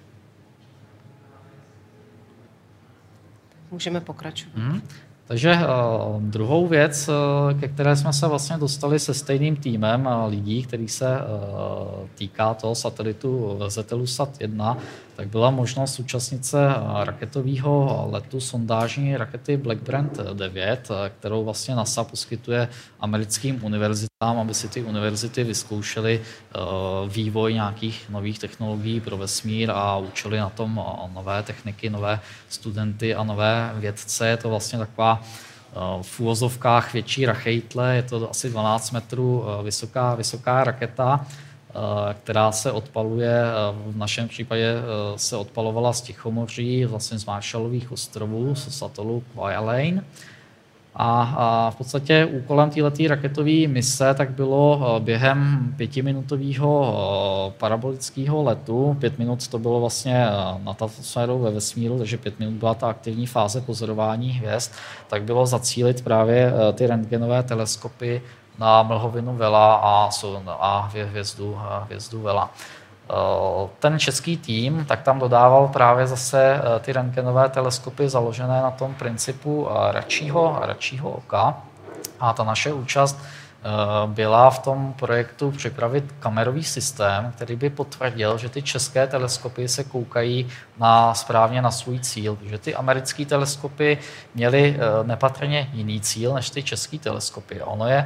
Můžeme pokračovat. Hmm. Takže uh, druhou věc, uh, ke které jsme se vlastně dostali se stejným týmem uh, lidí, který se uh, týká toho satelitu Telesat jedna, tak byla možnost účastnit se raketového letu sondážní rakety Blackbrant devět, kterou vlastně NASA poskytuje americkým univerzitám, aby si ty univerzity vyzkoušely vývoj nějakých nových technologií pro vesmír a učili na tom nové techniky, nové studenty a nové vědce. Je to vlastně taková v úvozovkách větší rachejtle, je to asi dvanáct metrů vysoká, vysoká raketa, která se odpaluje, v našem případě se odpalovala z Tichomoří, vlastně z Marshallových ostrovů, z atolu Kwajalein. A v podstatě úkolem této raketové mise tak bylo během pětiminutového parabolického letu, pět minut to bylo vlastně nad atmosférou ve vesmíru, takže pět minut byla ta aktivní fáze pozorování hvězd, tak bylo zacílit právě ty rentgenové teleskopy na mlhovinu Vela a, a hvězdu, hvězdu Vela. Ten český tým tak tam dodával právě zase ty rentgenové teleskopy založené na tom principu račího, račího oka a ta naše účast byla v tom projektu připravit kamerový systém, který by potvrdil, že ty české teleskopy se koukají na, správně na svůj cíl. Že ty americké teleskopy měly nepatrně jiný cíl než ty české teleskopy. Ono je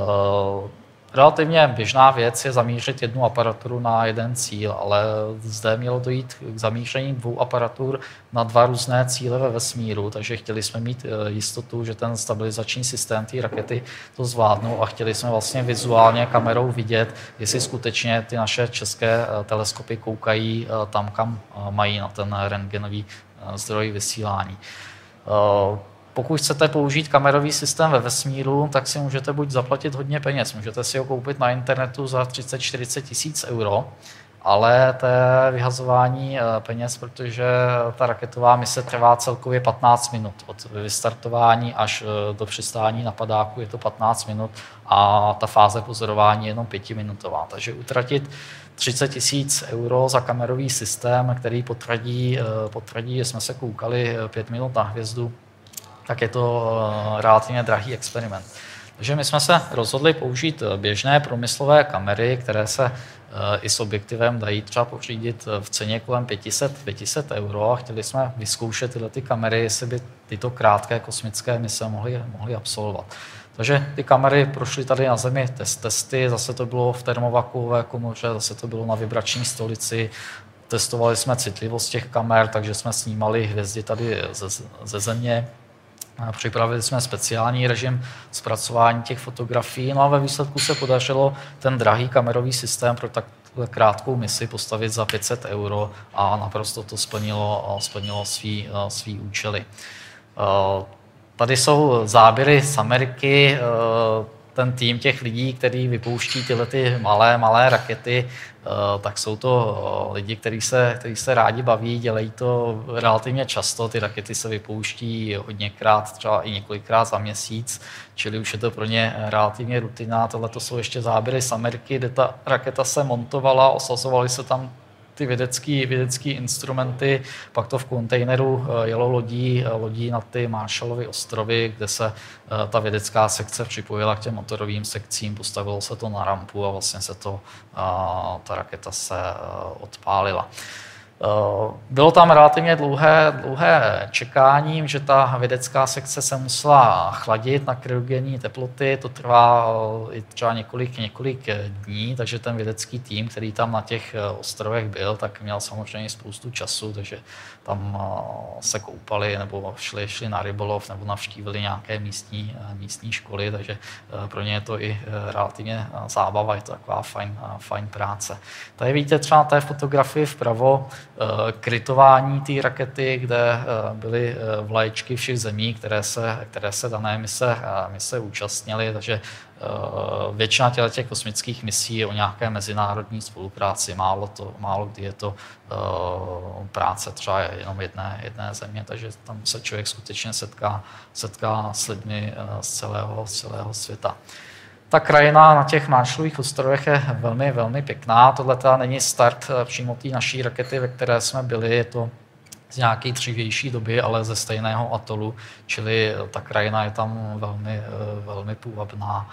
relativně běžná věc je zamířit jednu aparaturu na jeden cíl, ale zde mělo dojít k zamíření dvou aparatur na dva různé cíle ve vesmíru, takže chtěli jsme mít jistotu, že ten stabilizační systém té rakety to zvládnou a chtěli jsme vlastně vizuálně kamerou vidět, jestli skutečně ty naše české teleskopy koukají tam, kam mají na ten rentgenový zdroj vysílání. Pokud chcete použít kamerový systém ve vesmíru, tak si můžete buď zaplatit hodně peněz, můžete si ho koupit na internetu za třicet čtyřicet tisíc euro, ale to je vyhazování peněz, protože ta raketová mise trvá celkově patnáct minut. Od vystartování až do přistání na padáku je to patnáct minut a ta fáze pozorování je jenom pětiminutová. Takže utratit třicet tisíc euro za kamerový systém, který potvrdí, potvrdí, že jsme se koukali pět minut na hvězdu, tak je to relativně drahý experiment. Takže my jsme se rozhodli použít běžné průmyslové kamery, které se i s objektivem dají třeba pořídit v ceně kolem pět set euro a chtěli jsme vyzkoušet tyhle ty kamery, jestli by tyto krátké kosmické mise mohly, mohly absolvovat. Takže ty kamery prošly tady na Zemi test, testy, zase to bylo v termovakové komoře, zase to bylo na vibrační stolici, testovali jsme citlivost těch kamer, takže jsme snímali hvězdy tady ze, ze Země. Připravili jsme speciální režim zpracování těch fotografií, no a ve výsledku se podařilo ten drahý kamerový systém pro takhle krátkou misi postavit za pět set euro a naprosto to splnilo, splnilo svý, svý účely. Tady jsou záběry z Ameriky, ten tým těch lidí, kteří vypouští tyhle ty malé, malé rakety, tak jsou to lidi, kteří se, kteří se rádi baví, dělají to relativně často, ty rakety se vypouští hodněkrát, třeba i několikrát za měsíc, čili už je to pro ně relativně rutina. Tohle to jsou ještě záběry z Ameriky, kde ta raketa se montovala, osazovaly se tam ty vědecké vědecký instrumenty, pak to v kontejneru jelo lodí, lodí na ty Marshallovy ostrovy, kde se ta vědecká sekce připojila k těm motorovým sekcím, postavilo se to na rampu a vlastně se to, ta raketa se odpálila. Bylo tam relativně dlouhé, dlouhé čekání, že ta vědecká sekce se musela chladit na kryogenní teploty, to trvá i třeba několik, několik dní, takže ten vědecký tým, který tam na těch ostrovech byl, tak měl samozřejmě spoustu času, takže tam se koupali nebo šli, šli na rybolov nebo navštívili nějaké místní, místní školy, takže pro ně je to i relativně zábava, je to taková fajn, fajn práce. Tady vidíte třeba na té fotografii vpravo krytování té rakety, kde byly vlaječky všech zemí, které se, které se dané mise, mise účastnily, takže většina těch kosmických misí je o nějaké mezinárodní spolupráci, málo, to, málo kdy je to práce třeba jenom jedné, jedné země, takže tam se člověk skutečně setká, setká s lidmi z celého, z celého světa. Ta krajina na těch Marshallových ostrovech je velmi, velmi pěkná. Tohle teda není start přímo té naší rakety, ve které jsme byli. Je to z nějaké dřívější doby, ale ze stejného atolu, čili ta krajina je tam velmi, velmi půvabná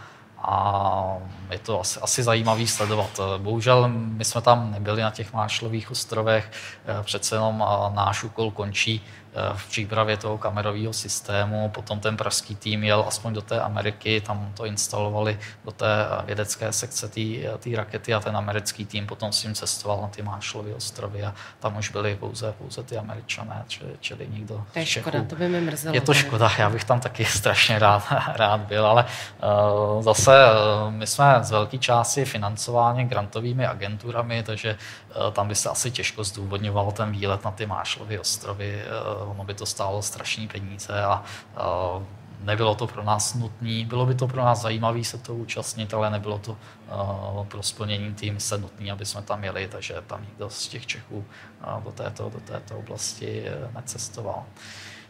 a je to asi, asi zajímavý sledovat. Bohužel my jsme tam nebyli na těch Marshallových ostrovech, přece jenom náš úkol končí v přípravě toho kamerového systému, potom ten pražský tým jel aspoň do té Ameriky, tam to instalovali do té vědecké sekce té rakety a ten americký tým potom s ním cestoval na ty Marshallovy ostrovy a tam už byli pouze, pouze ty Američané, čili, čili nikdo to je škoda, to by mi mrzelo. Je to škoda, já bych tam taky strašně rád, rád byl, ale uh, zase uh, my jsme z velké části financováni grantovými agenturami, takže uh, tam by se asi těžko zdůvodňoval ten výlet na ty Marshallovy ostrovy. Uh, ono by to stálo strašné peníze a uh, nebylo to pro nás nutné. Bylo by to pro nás zajímavé se to účastnit, ale nebylo to uh, pro splnění té mise nutné, aby jsme tam jeli, takže tam nikdo z těch Čechů uh, do, této, do této oblasti uh, necestoval.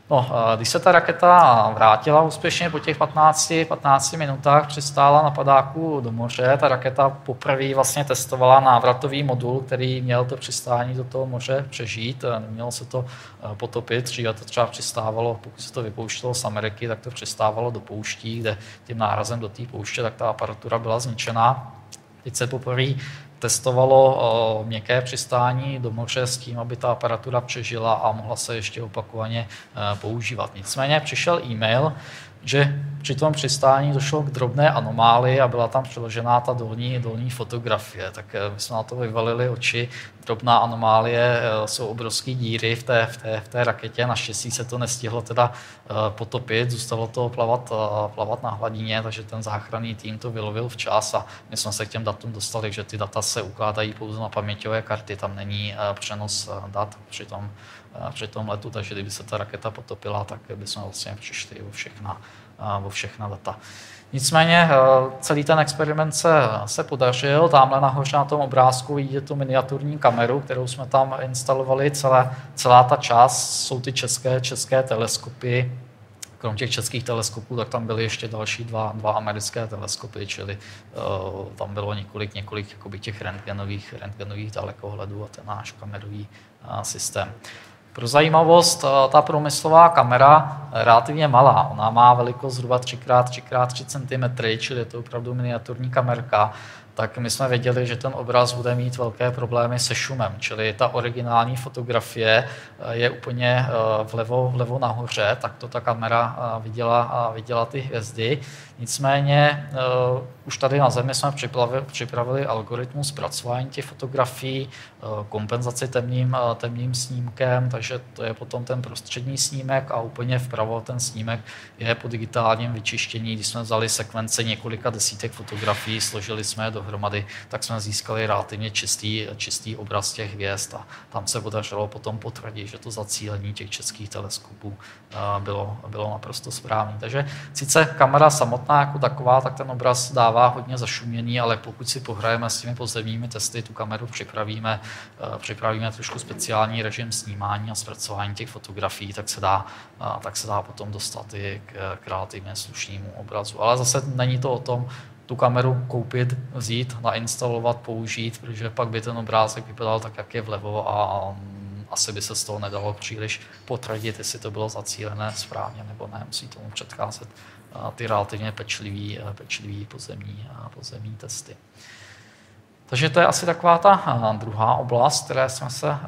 No, když se ta raketa vrátila úspěšně po těch patnácti minutách, přistála na padáku do moře, ta raketa poprvé vlastně testovala návratový modul, který měl to přistání do toho moře přežít, nemělo se to potopit, dříve to třeba přistávalo, pokud se to vypouštělo z Ameriky, tak to přistávalo do pouští, kde tím nárazem do té pouště, tak ta aparatura byla zničená. Teď se poprvé testovalo o, měkké přistání do moře s tím, aby ta aparatura přežila a mohla se ještě opakovaně e, používat. Nicméně přišel e-mail, že při tom přistání došlo k drobné anomálii a byla tam přiložená ta dolní, dolní fotografie. Tak my jsme na to vyvalili oči. Drobná anomálie, jsou obrovské díry v té, v, té, v té raketě. Naštěstí se to nestihlo teda potopit, zůstalo to plavat, plavat na hladině, takže ten záchranný tým to vylovil včas a my jsme se k těm datům dostali, že ty data se ukládají pouze na paměťové karty, tam není přenos dat při tom, při tom letu, takže kdyby se ta raketa potopila, tak bychom vlastně přišli o všechna, o všechna data. Nicméně celý ten experiment se, se podařil. Tamhle nahoře na tom obrázku vidíte tu miniaturní kameru, kterou jsme tam instalovali. Celé, celá ta část jsou ty české, české teleskopy. Krom těch českých teleskopů, tak tam byly ještě další dva, dva americké teleskopy, čili uh, tam bylo několik, několik jakoby těch rentgenových, rentgenových dalekohledů a ten náš kamerový uh, systém. Pro zajímavost, ta průmyslová kamera je relativně malá. Ona má velikost zhruba tři krát tři krát tři centimetry, čili je to opravdu miniaturní kamerka. Tak my jsme věděli, že ten obraz bude mít velké problémy se šumem, čili ta originální fotografie je úplně vlevo, vlevo nahoře, tak to ta kamera viděla, viděla ty hvězdy. Nicméně už tady na Zemi jsme připravili, připravili algoritmus zpracování těch fotografií, kompenzaci temným, temným snímkem, takže to je potom ten prostřední snímek a úplně vpravo ten snímek je po digitálním vyčištění. Když jsme vzali sekvence několika desítek fotografií, složili jsme je dohromady, tak jsme získali relativně čistý, čistý obraz těch hvězd a tam se podařilo potom potvrdit, že to zacílení těch českých teleskopů bylo, bylo naprosto správné. Takže sice kamera samotná jako taková, tak ten obraz dává hodně zašuměný, ale pokud si pohrajeme s těmi pozemními testy, tu kameru připravíme, připravíme trošku speciální režim snímání a zpracování těch fotografií, tak se dá, tak se dá potom dostat i k, k relativně slušnému obrazu. Ale zase není to o tom, tu kameru koupit, vzít, nainstalovat, použít, protože pak by ten obrázek vypadal tak, jak je vlevo a asi by se z toho nedalo příliš potvrdit, jestli to bylo zacílené správně nebo ne. Musí tomu předcházet ty relativně pečlivý, pečlivý pozemní, pozemní testy. Takže to je asi taková ta druhá oblast, které jsme se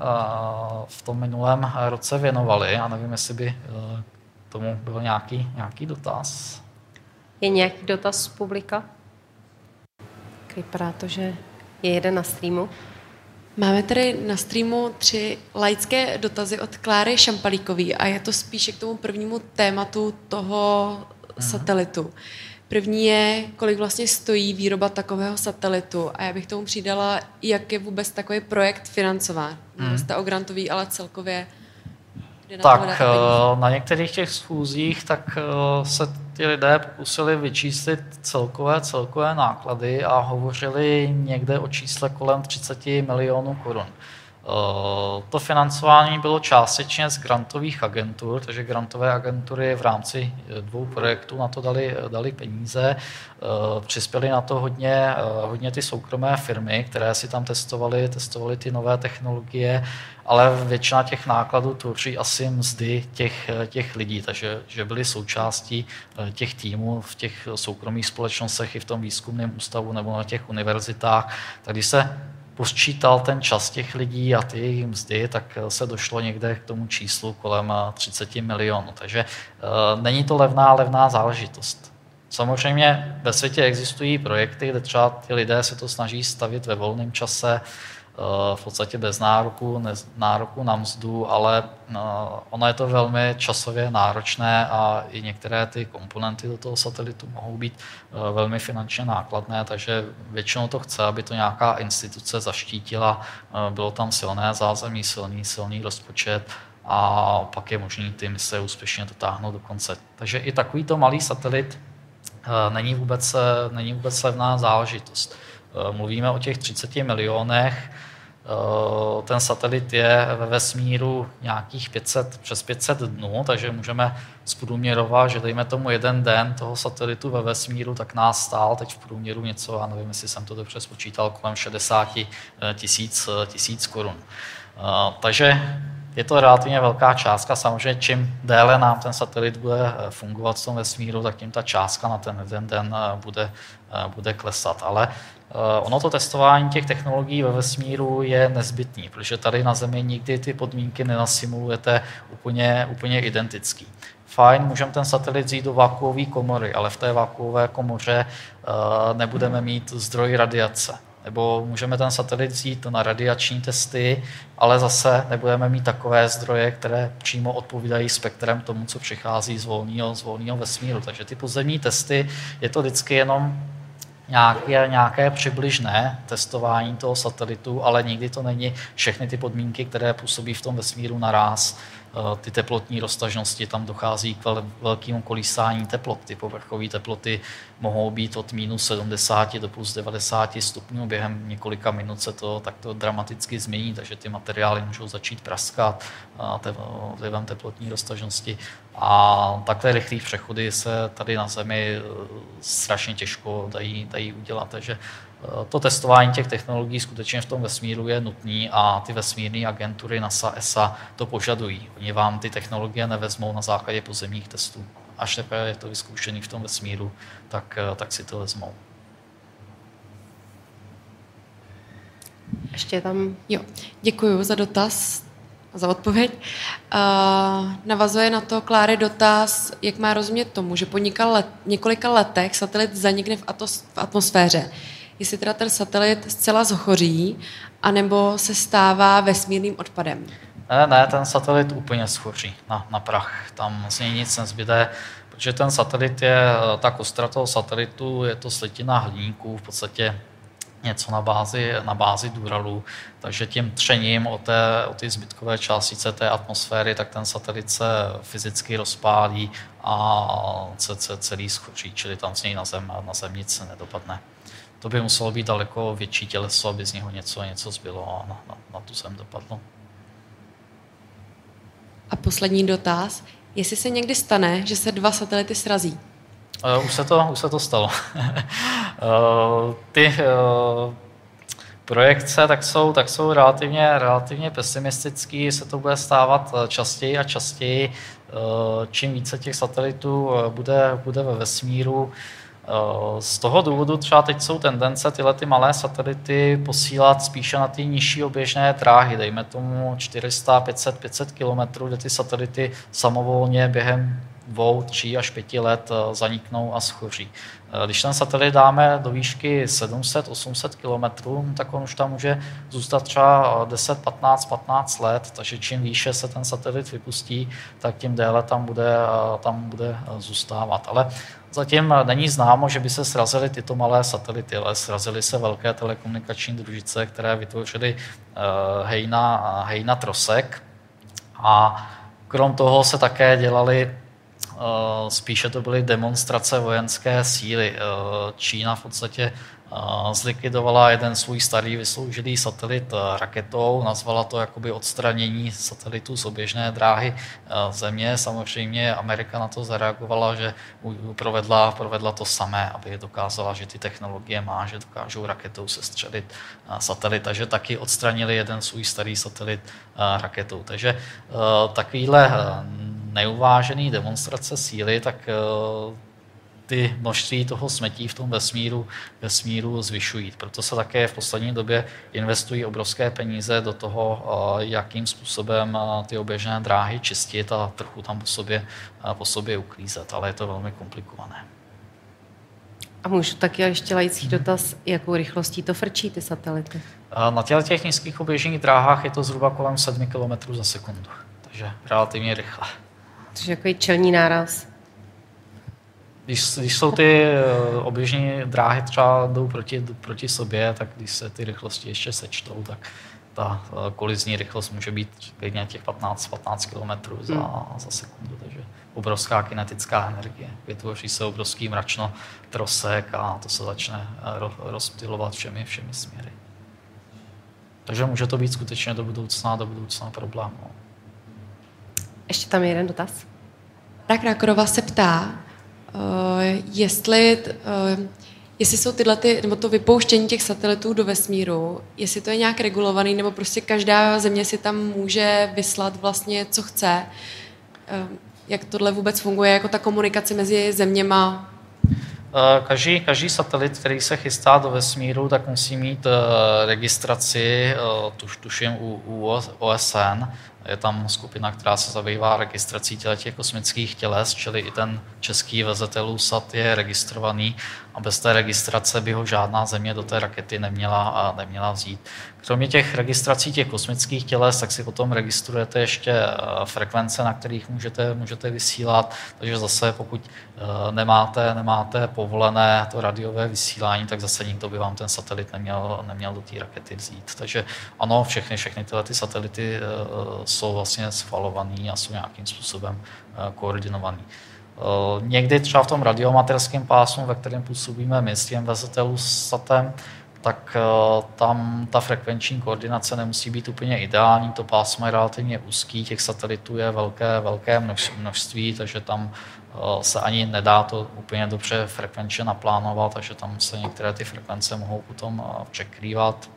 v tom minulém roce věnovali. A nevím, jestli by tomu byl nějaký, nějaký dotaz. Je nějaký dotaz z publika? Vypadá to, že je jeden na streamu. Máme tady na streamu tři laické dotazy od Kláry Šampalíkové a je to spíše k tomu prvnímu tématu toho satelitu. První je, kolik vlastně stojí výroba takového satelitu a já bych tomu přidala, jak je vůbec takový projekt financován. Mluvím jste o grantový, ale celkově na tak na některých těch schůzích tak se ty lidé pokusili vyčíslit celkové, celkové náklady a hovořili někde o čísle kolem třicet milionů korun. To financování bylo částečně z grantových agentur, takže grantové agentury v rámci dvou projektů na to dali, dali peníze. Přispěly na to hodně, hodně ty soukromé firmy, které si tam testovaly, testovaly ty nové technologie, ale většina těch nákladů tvoří asi mzdy těch, těch lidí, takže že byli součástí těch týmů v těch soukromých společnostech i v tom výzkumném ústavu nebo na těch univerzitách. Tak když se posčítal ten čas těch lidí a ty jejich mzdy, tak se došlo někde k tomu číslu kolem třicet milionů. Takže e, není to levná, levná záležitost. Samozřejmě ve světě existují projekty, kde třeba ty lidé se to snaží stavit ve volném čase, v podstatě bez nároku, nároku na mzdu, ale ono je to velmi časově náročné a i některé ty komponenty do toho satelitu mohou být velmi finančně nákladné, takže většinou to chce, aby to nějaká instituce zaštítila, bylo tam silné zázemí, silný, silný rozpočet a pak je možný ty mise úspěšně dotáhnout do konce. Takže i takovýto malý satelit není vůbec, není vůbec levná záležitost. Mluvíme o těch třiceti milionech. ten satelit je ve vesmíru nějakých pět set, přes pět set dnů, takže můžeme zprůměrovat, že dejme tomu jeden den toho satelitu ve vesmíru, tak nás stál teď v průměru něco, já nevím, jestli jsem to dobře spočítal, kolem šedesát tisíc korun. Takže je to relativně velká částka. Samozřejmě, čím déle nám ten satelit bude fungovat v tom vesmíru, tak tím ta částka na ten jeden den bude, bude klesat. Ale ono to testování těch technologií ve vesmíru je nezbytný, protože tady na Zemi nikdy ty podmínky nenasimulujete úplně, úplně identický. Fajn, můžeme ten satelit vzít do vakuové komory, ale v té vakuové komoře nebudeme mít zdroj radiace. Nebo můžeme ten satelit vzít na radiační testy, ale zase nebudeme mít takové zdroje, které přímo odpovídají spektrem tomu, co přichází z volného, z volného vesmíru. Takže ty pozemní testy, je to vždycky jenom nějaké, nějaké přibližné testování toho satelitu, ale nikdy to není všechny ty podmínky, které působí v tom vesmíru naráz. Ty teplotní roztažnosti, tam dochází k velkému kolísání teplot. Ty povrchové teploty mohou být od minus sedmdesát do plus devadesát stupňů. Během několika minut se to takto dramaticky změní, takže ty materiály můžou začít praskat vlivem teplotní roztažnosti. A takhle rychlé přechody se tady na Zemi strašně těžko dají, dají udělat. Takže to testování těch technologií skutečně v tom vesmíru je nutné a ty vesmírné agentury NASA, E S A to požadují. Oni vám ty technologie nevezmou na základě pozemních testů. Až teprve je to vyzkoušený v tom vesmíru, tak, tak si to vezmou. Ještě tam... Jo, děkuji za dotaz, za odpověď. Uh, navazuje na to Kláry dotaz, jak má rozumět tomu, že po let, několika letech satelit zanikne v, atos, v atmosféře. Jestli teda ten satelit zcela zhoří, anebo se stává vesmírným odpadem. Ne, ne, ten satelit úplně schoří na, na prach. Tam z něj nic nezbyde, protože ten satelit je, ta kostra toho satelitu, je to slitina hliníků, v podstatě něco na bázi, na bázi duralu, takže tím třením o, té, o ty zbytkové částice té atmosféry, tak ten satelit se fyzicky rozpálí a celý schoří, čili tam z něj na zem, na zem nic nedopadne. To by muselo být daleko větší těleso, aby z něho něco, něco zbylo a na, na, na tu zem dopadlo. A poslední dotaz. Jestli se někdy stane, že se dva satelity srazí? Uh, už, se to, už se to stalo. uh, ty uh, projekce tak jsou, tak jsou relativně, relativně pesimistický, se to bude stávat častěji a častěji. Uh, čím více těch satelitů bude, bude ve vesmíru. Z toho důvodu třeba teď jsou tendence tyhle ty malé satelity posílat spíše na ty nižší oběžné dráhy, dejme tomu čtyři sta, pět set, pět set kilometrů, kde ty satelity samovolně během dvou, tří až pěti let zaniknou a schoří. Když ten satelit dáme do výšky sedm set, osm set kilometrů, tak on už tam může zůstat třeba deset, patnáct, patnáct let, takže čím výše se ten satelit vypustí, tak tím déle tam bude, tam bude zůstávat. Ale zatím není známo, že by se srazily tyto malé satelity, ale srazily se velké telekomunikační družice, které vytvořily hejna, hejna trosek. A krom toho se také dělaly, spíše to byly demonstrace vojenské síly. Čína v podstatě zlikvidovala jeden svůj starý vysloužilý satelit raketou, nazvala to jakoby odstranění satelitu z oběžné dráhy Země. Samozřejmě Amerika na to zareagovala, že provedla, provedla to samé, aby dokázala, že ty technologie má, že dokážou raketou sestřelit satelit, takže taky odstranili jeden svůj starý satelit raketou. Takže takovýhle neuvážený demonstrace síly, tak ty množství toho smetí v tom vesmíru, vesmíru zvyšují. Proto se také v poslední době investují obrovské peníze do toho, jakým způsobem ty oběžné dráhy čistit a trochu tam po sobě, po sobě uklízet, ale je to velmi komplikované. A můžu taky ještě laický dotaz, jakou rychlostí to frčí ty satelity? Na těch nízkých oběžných dráhách je to zhruba kolem sedm kilometrů za sekundu, takže relativně rychle. Což je takový čelní náraz. Když, když jsou ty oběžní dráhy třeba jdou proti, proti sobě, tak když se ty rychlosti ještě sečtou, tak ta kolizní rychlost může být klidně těch patnáct kilometrů za, hmm. za sekundu. Takže obrovská kinetická energie. Vytvoří se obrovský mračno trosek a to se začne rozptylovat všemi, všemi směry. Takže může to být skutečně do budoucna, do budoucna problém. No. Ještě tam je jeden dotaz. Bára Krákorová se ptá, uh, jestli, uh, jestli jsou tyhle, ty, nebo to vypouštění těch satelitů do vesmíru, jestli to je nějak regulovaný, nebo prostě každá země si tam může vyslat vlastně, co chce. Uh, jak tohle vůbec funguje, jako ta komunikace mezi zeměma? Každý, každý satelit, který se chystá do vesmíru, tak musí mít registraci, tuž, tuším u, u O S N. Je tam skupina, která se zabývá registrací těch kosmických těles, čili i ten český VZLůSat je registrovaný a bez té registrace by ho žádná země do té rakety neměla, neměla vzít. Kromě těch registrací těch kosmických těles, tak si potom registrujete ještě frekvence, na kterých můžete, můžete vysílat, takže zase pokud nemáte, nemáte povolené to radiové vysílání, tak zase nikdo by vám ten satelit neměl, neměl do té rakety vzít. Takže ano, všechny, všechny tyhle ty satelity jsou vlastně schvalovaný a jsou nějakým způsobem koordinovaný. Někdy třeba v tom radioamatérském pásmu, ve kterém působíme my s tím VZLůSatem, tak tam ta frekvenční koordinace nemusí být úplně ideální, to pásmo je relativně úzký, těch satelitů je velké, velké množství, takže tam se ani nedá to úplně dobře frekvenčně naplánovat, takže tam se některé ty frekvence mohou potom překrývat.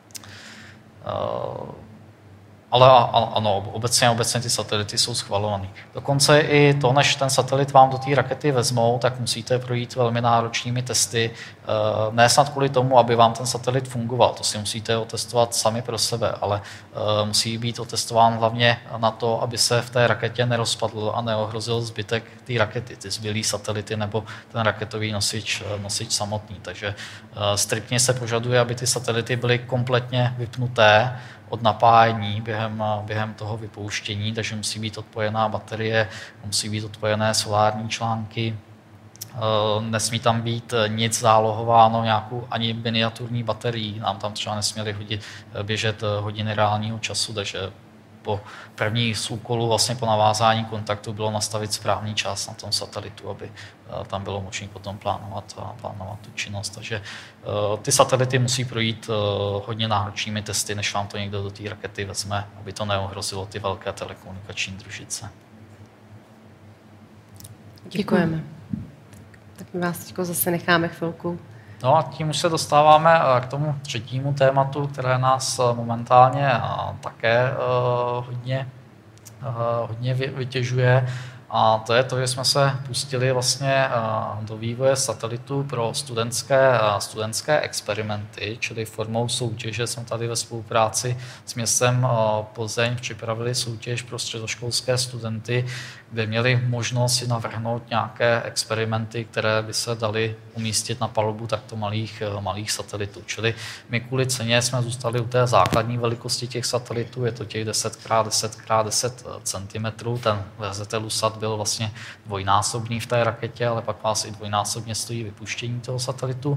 Ale ano, obecně, obecně ty satelity jsou schvalované. Dokonce i to, než ten satelit vám do té rakety vezmou, tak musíte projít velmi náročnými testy. Ne snad kvůli tomu, aby vám ten satelit fungoval, to si musíte otestovat sami pro sebe, ale musí být otestován hlavně na to, aby se v té raketě nerozpadl a neohrozil zbytek té rakety, ty zbylý satelity nebo ten raketový nosič, nosič samotný. Takže striktně se požaduje, aby ty satelity byly kompletně vypnuté od napájení během, během toho vypouštění, takže musí být odpojená baterie, musí být odpojené solární články, nesmí tam být nic zálohováno, nějakou ani miniaturní baterií, nám tam třeba nesměly hodit, běžet hodiny reálního času, takže po první z úkolů vlastně po navázání kontaktu bylo nastavit správný čas na tom satelitu, aby tam bylo možné potom plánovat, plánovat tu činnost. Takže ty satelity musí projít hodně náročnými testy, než vám to někdo do té rakety vezme, aby to neohrozilo ty velké telekomunikační družice. Děkujeme. Tak my vás teď zase necháme chvilku. No a tím už se dostáváme k tomu třetímu tématu, které nás momentálně také hodně, hodně vytěžuje. A to je to, že jsme se pustili vlastně do vývoje satelitu pro studentské, studentské experimenty, čili formou soutěže jsme tady ve spolupráci s městem Plzeň připravili soutěž pro středoškolské studenty, kde měli možnost si navrhnout nějaké experimenty, které by se daly umístit na palubu takto malých, malých satelitů. Čili my kvůli ceně jsme zůstali u té základní velikosti těch satelitů, je to těch deset krát deset krát deset centimetrů. Ten VZLůSat byl vlastně dvojnásobný v té raketě, ale pak vás i dvojnásobně stojí vypuštění toho satelitu.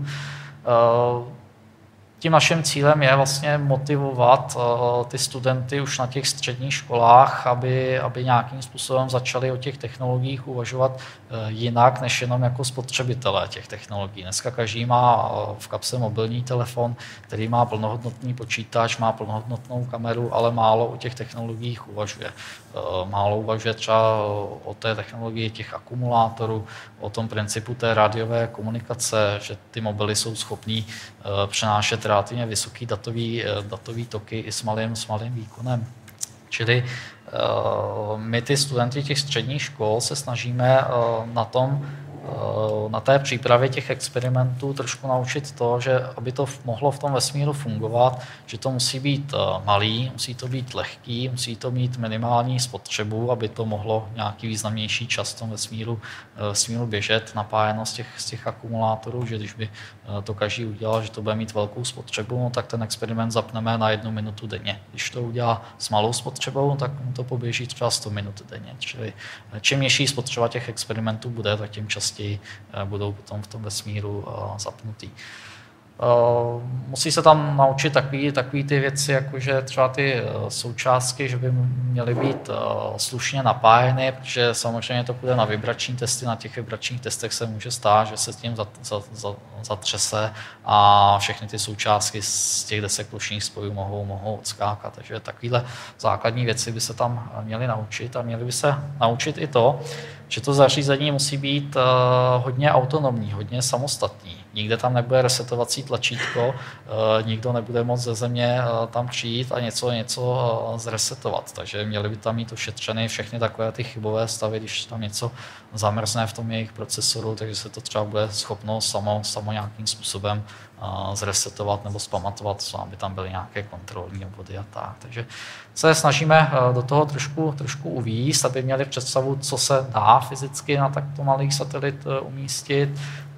Tím naším cílem je vlastně motivovat ty studenty už na těch středních školách, aby, aby nějakým způsobem začali o těch technologiích uvažovat jinak, než jenom jako spotřebitelé těch technologií. Dneska každý má v kapse mobilní telefon, který má plnohodnotný počítač, má plnohodnotnou kameru, ale málo o těch technologiích uvažuje. Málo uvažuje třeba o té technologii těch akumulátorů, o tom principu té rádiové komunikace, že ty mobily jsou schopný přenášet relativně vysoký datový, datový toky i s malým, s malým výkonem. Čili my ty studenty těch středních škol se snažíme na tom, na té přípravě těch experimentů trošku naučit to, že aby to mohlo v tom vesmíru fungovat, že to musí být malý, musí to být lehký, musí to mít minimální spotřebu, aby to mohlo nějaký významnější čas v tom vesmíru, vesmíru běžet, napájeno z těch, z těch akumulátorů, že když by to každý udělal, že to bude mít velkou spotřebu, no, tak ten experiment zapneme na jednu minutu denně. Když to udělá s malou spotřebou, no, tak mu to poběží třeba sto minut denně. Čili čím nižší spotřeba těch experimentů bude, tak tím častěji budou potom v tom vesmíru zapnutý. Musí se tam naučit takové takový ty věci, jako že třeba ty součástky, že by měly být slušně napájeny, protože samozřejmě to bude na vibrační testy, na těch vibračních testech se může stát, že se s tím zatřese a všechny ty součástky z těch desek plošných spojů mohou, mohou odskákat. Takže takovéhle základní věci by se tam měly naučit a měly by se naučit i to, že to zařízení musí být hodně autonomní, hodně samostatný. Nikde tam nebude resetovací tlačítko, nikdo nebude moct ze země tam přijít a něco, něco zresetovat. Takže měli by tam mít ošetřeny všechny takové ty chybové stavy, když tam něco zamrzne v tom jejich procesoru, takže se to třeba bude schopno samo, samo nějakým způsobem zresetovat nebo zpamatovat, aby tam byly nějaké kontrolní obvody a tak. Takže se snažíme do toho trošku, trošku uvízt, aby měli představu, co se dá fyzicky na takto malý satelit umístit.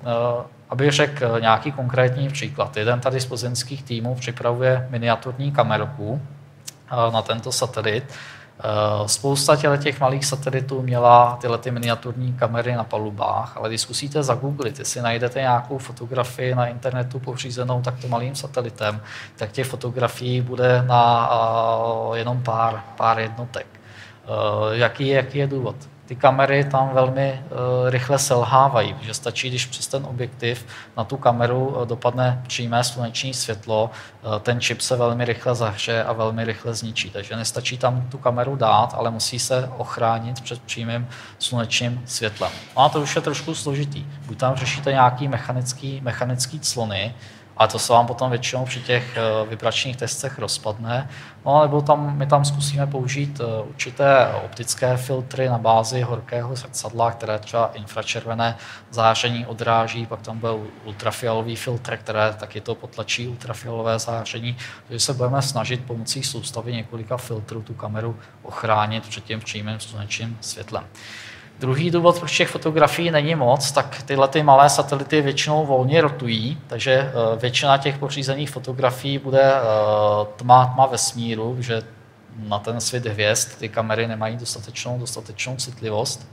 Aby řekl nějaký konkrétní příklad. Jeden tady z plzeňských týmů připravuje miniaturní kamerku na tento satelit. Spousta těch malých satelitů měla tyhle ty miniaturní kamery na palubách, ale když zkusíte zagooglit, jestli najdete nějakou fotografii na internetu pořízenou takto malým satelitem, tak těch fotografií bude na jenom pár, pár jednotek. Jaký, jaký je důvod? Ty kamery tam velmi uh, rychle selhávají, protože stačí, když přes ten objektiv na tu kameru uh, dopadne přímé sluneční světlo, uh, ten čip se velmi rychle zahřeje a velmi rychle zničí. Takže nestačí tam tu kameru dát, ale musí se ochránit před přímým slunečním světlem. No a to už je trošku složitý. Buď tam řešíte nějaký mechanický, mechanický clony, ale to se vám potom většinou při těch vibračních testech rozpadne. No nebo tam, my tam zkusíme použít určité optické filtry na bázi horkého zrcadla, které třeba infračervené záření odráží, pak tam byl ultrafialový filtr, které taky to potlačí ultrafialové záření. Takže se budeme snažit pomocí soustavy několika filtrů tu kameru ochránit před tím přímým slunečním světlem. Druhý důvod, proč těch fotografií není moc, tak tyhle ty malé satelity většinou volně rotují, takže většina těch pořízených fotografií bude tma, tma vesmíru, že na ten svět hvězd ty kamery nemají dostatečnou, dostatečnou citlivost.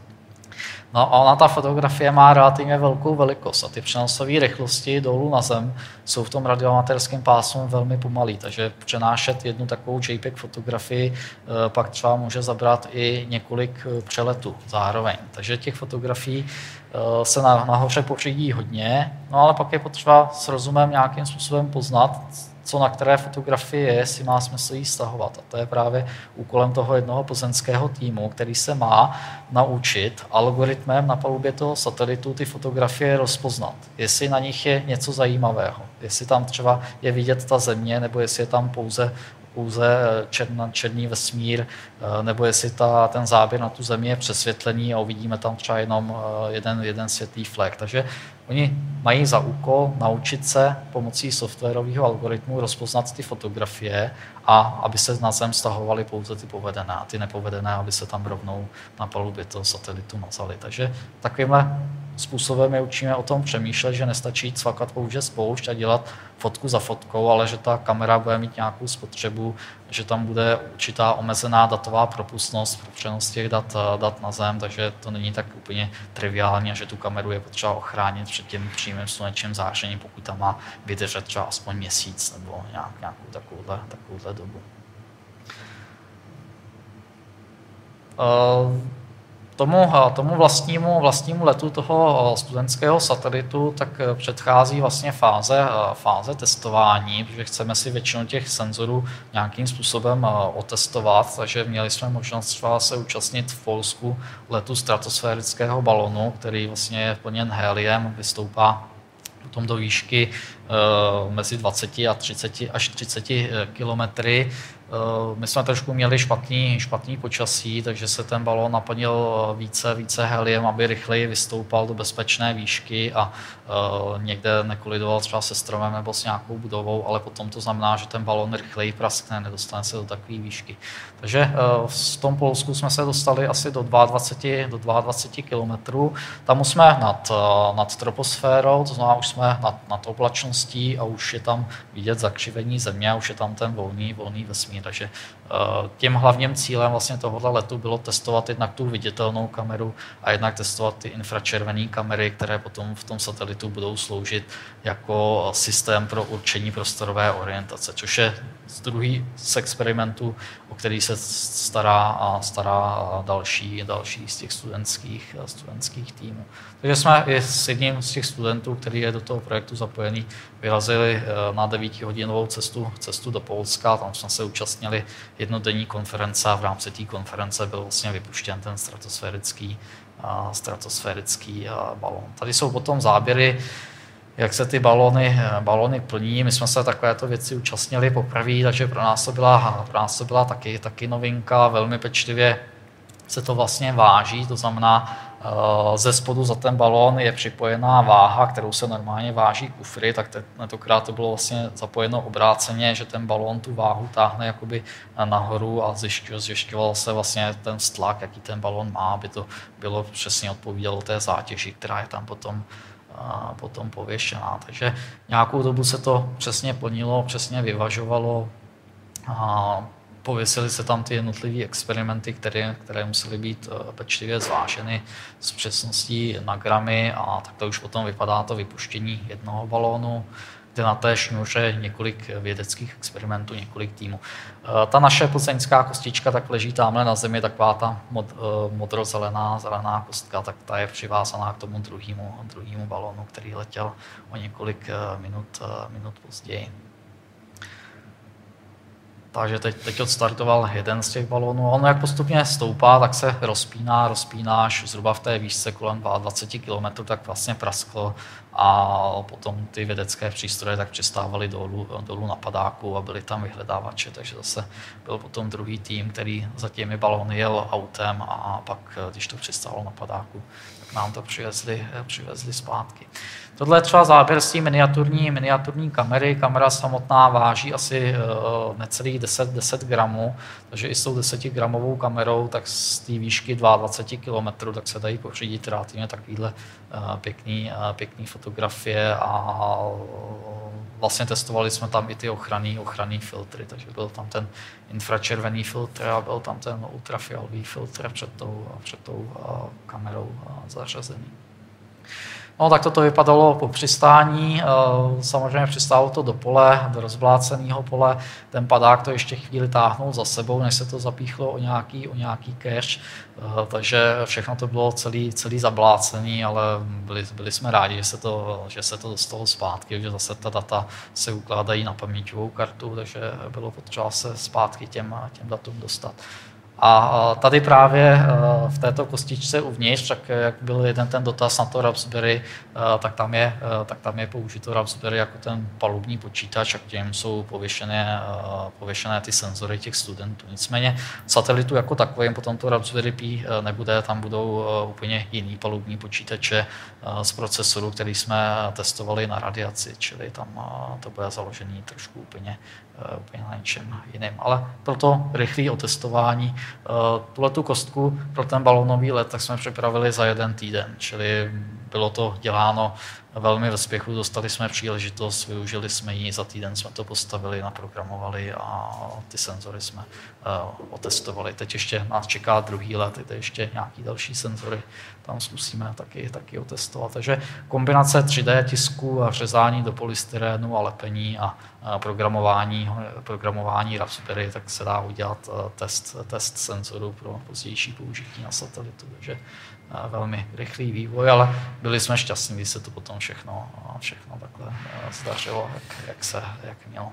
No a ona ta fotografie má relativně velkou velikost a ty přenosové rychlosti dolů na zem jsou v tom radioamatérském pásmu velmi pomalý, takže přenášet jednu takovou JPEG fotografii pak třeba může zabrat i několik přeletů zároveň. Takže těch fotografií se na, nahoře pořídí hodně, no ale pak je potřeba s rozumem nějakým způsobem poznat, co na které fotografii je, jestli má smysl jí stahovat. A to je právě úkolem toho jednoho plzeňského týmu, který se má naučit algoritmem na palubě toho satelitu ty fotografie rozpoznat. Jestli na nich je něco zajímavého, jestli tam třeba je vidět ta země, nebo jestli je tam pouze pouze černý, černý vesmír, nebo jestli ta, ten záběr na tu zemi je přesvětlený a uvidíme tam třeba jenom jeden, jeden světlý flek. Takže oni mají za úkol naučit se pomocí softwarového algoritmu rozpoznat ty fotografie a aby se na zem stahovaly pouze ty povedené a ty nepovedené, aby se tam rovnou na palubě toho satelitu mazaly. Takže takovýmhle způsobem je učíme o tom přemýšlet, že nestačí cvakat pouze spoušť a dělat fotku za fotkou, ale že ta kamera bude mít nějakou spotřebu, že tam bude určitá omezená datová propustnost pro přenos těch dat, dat na zem, takže to není tak úplně triviální a že tu kameru je potřeba ochránit před tím přímým slunečním zářením, pokud tam má vydržet třeba aspoň měsíc nebo nějak, nějakou takovouhle, takovouhle dobu. Uh, Tomu, tomu vlastnímu, vlastnímu letu toho studentského satelitu tak předchází vlastně fáze, fáze testování, protože chceme si většinu těch senzorů nějakým způsobem otestovat, takže měli jsme možnost třeba se účastnit v Polsku letu stratosférického balonu, který vlastně je plněn heliem, vystoupá potom do výšky mezi dvacet a třicet až třicet kilometry. My jsme trošku měli špatný, špatný počasí, takže se ten balón naplnil více, více heliem, aby rychleji vystoupal do bezpečné výšky a uh, někde nekolidoval třeba se stromem nebo s nějakou budovou, ale potom to znamená, že ten balón rychleji praskne, nedostane se do takové výšky. Takže uh, v tom Polsku jsme se dostali asi do dvacet dva, do dvacet dva kilometrů. Tam už jsme nad, uh, nad troposférou, to znamená, už jsme nad, nad oblačností, spřesností a už je tam vidět zakřivení země a už je tam ten volný, volný vesmír. Takže tím hlavním cílem vlastně tohoto letu bylo testovat jednak tu viditelnou kameru a jednak testovat ty infračervené kamery, které potom v tom satelitu budou sloužit jako systém pro určení prostorové orientace, což je druhý z experimentů, o který se stará a stará další, další z těch studentských, studentských týmů. Takže jsme i s jedním z těch studentů, který je do toho projektu zapojený, vyrazili na devítihodinovou cestu, cestu do Polska. Tam jsme se účastnili jednodenní konference a v rámci té konference byl vlastně vypuštěn ten stratosférický, stratosférický balón. Tady jsou potom záběry, jak se ty balony, balony plní. My jsme se takovéto věci účastnili poprvé, takže pro nás to byla, pro nás to byla taky, taky novinka. Velmi pečlivě se to vlastně váží, to znamená, ze spodu za ten balón je připojená váha, kterou se normálně váží kufry, tak tentokrát to bylo vlastně zapojeno obráceně, že ten balón tu váhu táhne jakoby nahoru a zjišťoval se vlastně ten stlak, jaký ten balón má, aby to bylo přesně odpovídalo té zátěži, která je tam potom potom pověšená. Takže nějakou dobu se to přesně plnilo, přesně vyvažovalo. A pověsily se tam ty jednotlivé experimenty, které, které musely být pečlivě zváženy s přesností na gramy a tak to už potom vypadá to vypuštění jednoho balónu, kde na té šňůře několik vědeckých experimentů, několik týmů. Ta naše plzeňská kostička tak leží tamhle na zemi, taková ta mod, modrozelená zelená kostka, tak ta je přivázaná k tomu druhému, druhému balónu, který letěl o několik minut, minut později. Takže teď, teď odstartoval jeden z těch balónů. On jak postupně stoupá, tak se rozpíná, rozpíná až zhruba v té výšce kolem dvacet dva kilometrů, tak vlastně prasklo a potom ty vědecké přístroje tak přistávaly dolů, dolů na padáku a byly tam vyhledávače, takže zase byl potom druhý tým, který za těmi balóny jel autem a pak, když to přistálo na padáku, tak nám to přivezli, přivezli zpátky. Tohle je třeba záběr z té miniaturní, miniaturní kamery. Kamera samotná váží asi necelých deset gramů, takže i s tou desetigramovou kamerou, tak z té výšky dvacet dva kilometrů, tak se dají pořídit relativně takovýhle pěkný, pěkný fotografie a vlastně testovali jsme tam i ty ochranný, ochranný filtry, takže byl tam ten infračervený filtr a byl tam ten ultrafialový filtr před tou, před tou kamerou zařazený. No tak toto vypadalo po přistání, samozřejmě přistálo to do pole, do rozvláceného pole, ten padák to ještě chvíli táhnul za sebou, než se to zapíchlo o nějaký, o nějaký cache, takže všechno to bylo celý, celý zablácený, ale byli, byli jsme rádi, že se, to, že se to dostalo zpátky, že zase ta data se ukládají na paměťovou kartu, takže bylo potřeba se zpátky těm, těm datům dostat. A tady právě v této kostičce uvnitř, tak jak byl jeden ten dotaz na to Raspberry, tak tam je, tak tam je použito Raspberry jako ten palubní počítač a k těm jsou pověšené, pověšené ty senzory těch studentů. Nicméně satelitu jako takovým potom to Raspberry Pi nebude, tam budou úplně jiný palubní počítače z procesoru, který jsme testovali na radiaci, čili tam to bude založený trošku úplně, úplně na něčem jiným. Ale pro to rychlé otestování tuhletu kostku pro ten balónový let tak jsme připravili za jeden týden, čili bylo to děláno velmi ve spěchu, dostali jsme příležitost, využili jsme ji, za týden jsme to postavili, naprogramovali a ty senzory jsme otestovali. Teď ještě nás čeká druhý let, teď ještě nějaký další senzory, tam zkusíme taky, taky otestovat. Takže kombinace tři dé tisku a řezání do polystyrénu a lepení a programování, programování Raspberry, tak se dá udělat test, test senzoru pro pozdější použití na satelitu. Takže velmi rychlý vývoj, ale byli jsme šťastní, když se to potom všechno, všechno takhle zdařilo, jak, jak se jak mělo.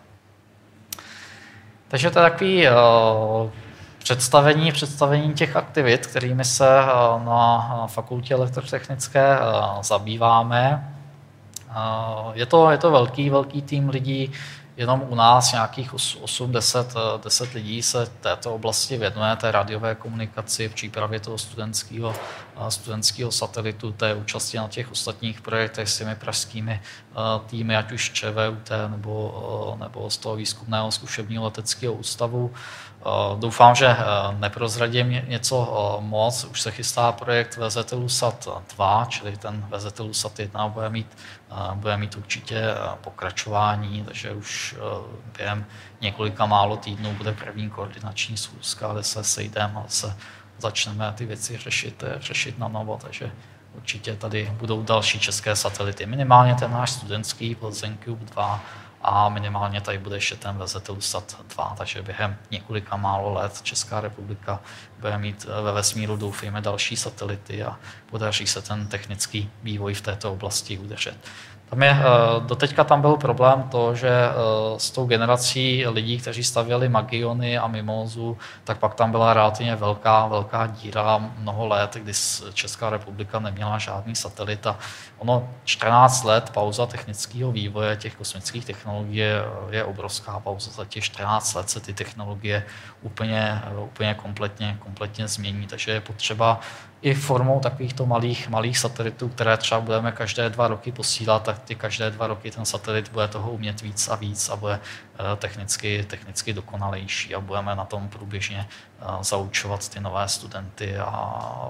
Takže to je takový uh, představení, představení těch aktivit, kterými se uh, na fakultě elektrotechnické uh, zabýváme. Uh, je to, je to velký, velký tým lidí, jenom u nás nějakých osm deset lidí se této oblasti věnuje, té rádiové komunikaci v přípravě toho studentského, studentského satelitu, té účasti na těch ostatních projektech s těmi pražskými týmy, ať už ČVUT nebo, nebo z toho výzkumného zkušebního leteckého ústavu. Doufám, že neprozradím něco moc. Už se chystá projekt VZTLUSAT dva, čili ten VZTLUSAT jedna bude mít, bude mít určitě pokračování, takže už během několika málo týdnů bude první koordinační schůzka, kde se sejdeme a se začneme ty věci řešit, řešit na novo, takže určitě tady budou další české satelity. Minimálně ten náš studentský PlzeňCube dva a minimálně tady bude ještě ten VZTLUSAT dva, takže během několika málo let Česká republika bude mít ve vesmíru, doufejme, další satelity a podaří se ten technický vývoj v této oblasti udržet. Tam je, doteďka tam byl problém to, že s tou generací lidí, kteří stavěli Magiony a Mimózu, tak pak tam byla relativně velká, velká díra mnoho let, kdy Česká republika neměla žádný satelit a ono čtrnáct let pauza technického vývoje těch kosmických technologií je, je obrovská pauza. Za těch čtrnáct let se ty technologie úplně, úplně kompletně, kompletně změní, takže je potřeba i formou takovýchto malých, malých satelitů, které třeba budeme každé dva roky posílat, tak ty každé dva roky ten satelit bude toho umět víc a víc a bude technicky, technicky dokonalejší a budeme na tom průběžně zaučovat ty nové studenty a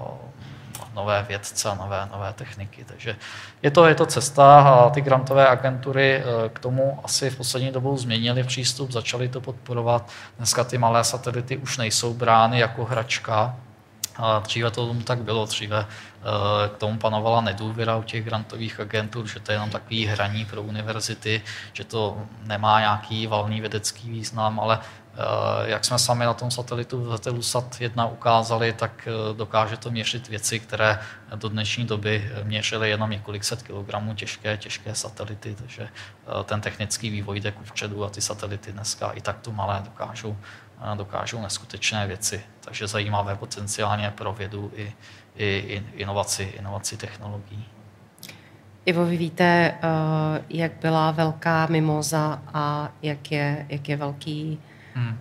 nové vědce a nové, nové techniky. Takže je to, je to cesta a ty grantové agentury k tomu asi v poslední dobou změnily přístup, začaly to podporovat. Dneska ty malé satelity už nejsou brány jako hračka. Dříve to tomu tak bylo, dříve k tomu panovala nedůvěra u těch grantových agentur, že to je jenom takový hraní pro univerzity, že to nemá nějaký valný vědecký význam, ale jak jsme sami na tom satelitu VZTLUSAT jedna ukázali, tak dokáže to měřit věci, které do dnešní doby měřily jenom několik set kilogramů těžké, těžké satelity, takže ten technický vývoj jde kupředu a ty satelity dneska i takto malé dokážou dokážou neskutečné věci. Takže zajímavé potenciálně pro vědu i, i inovaci, inovaci technologií. Ivo, vy víte, jak byla velká Mimóza a jak je, jak je velký hmm.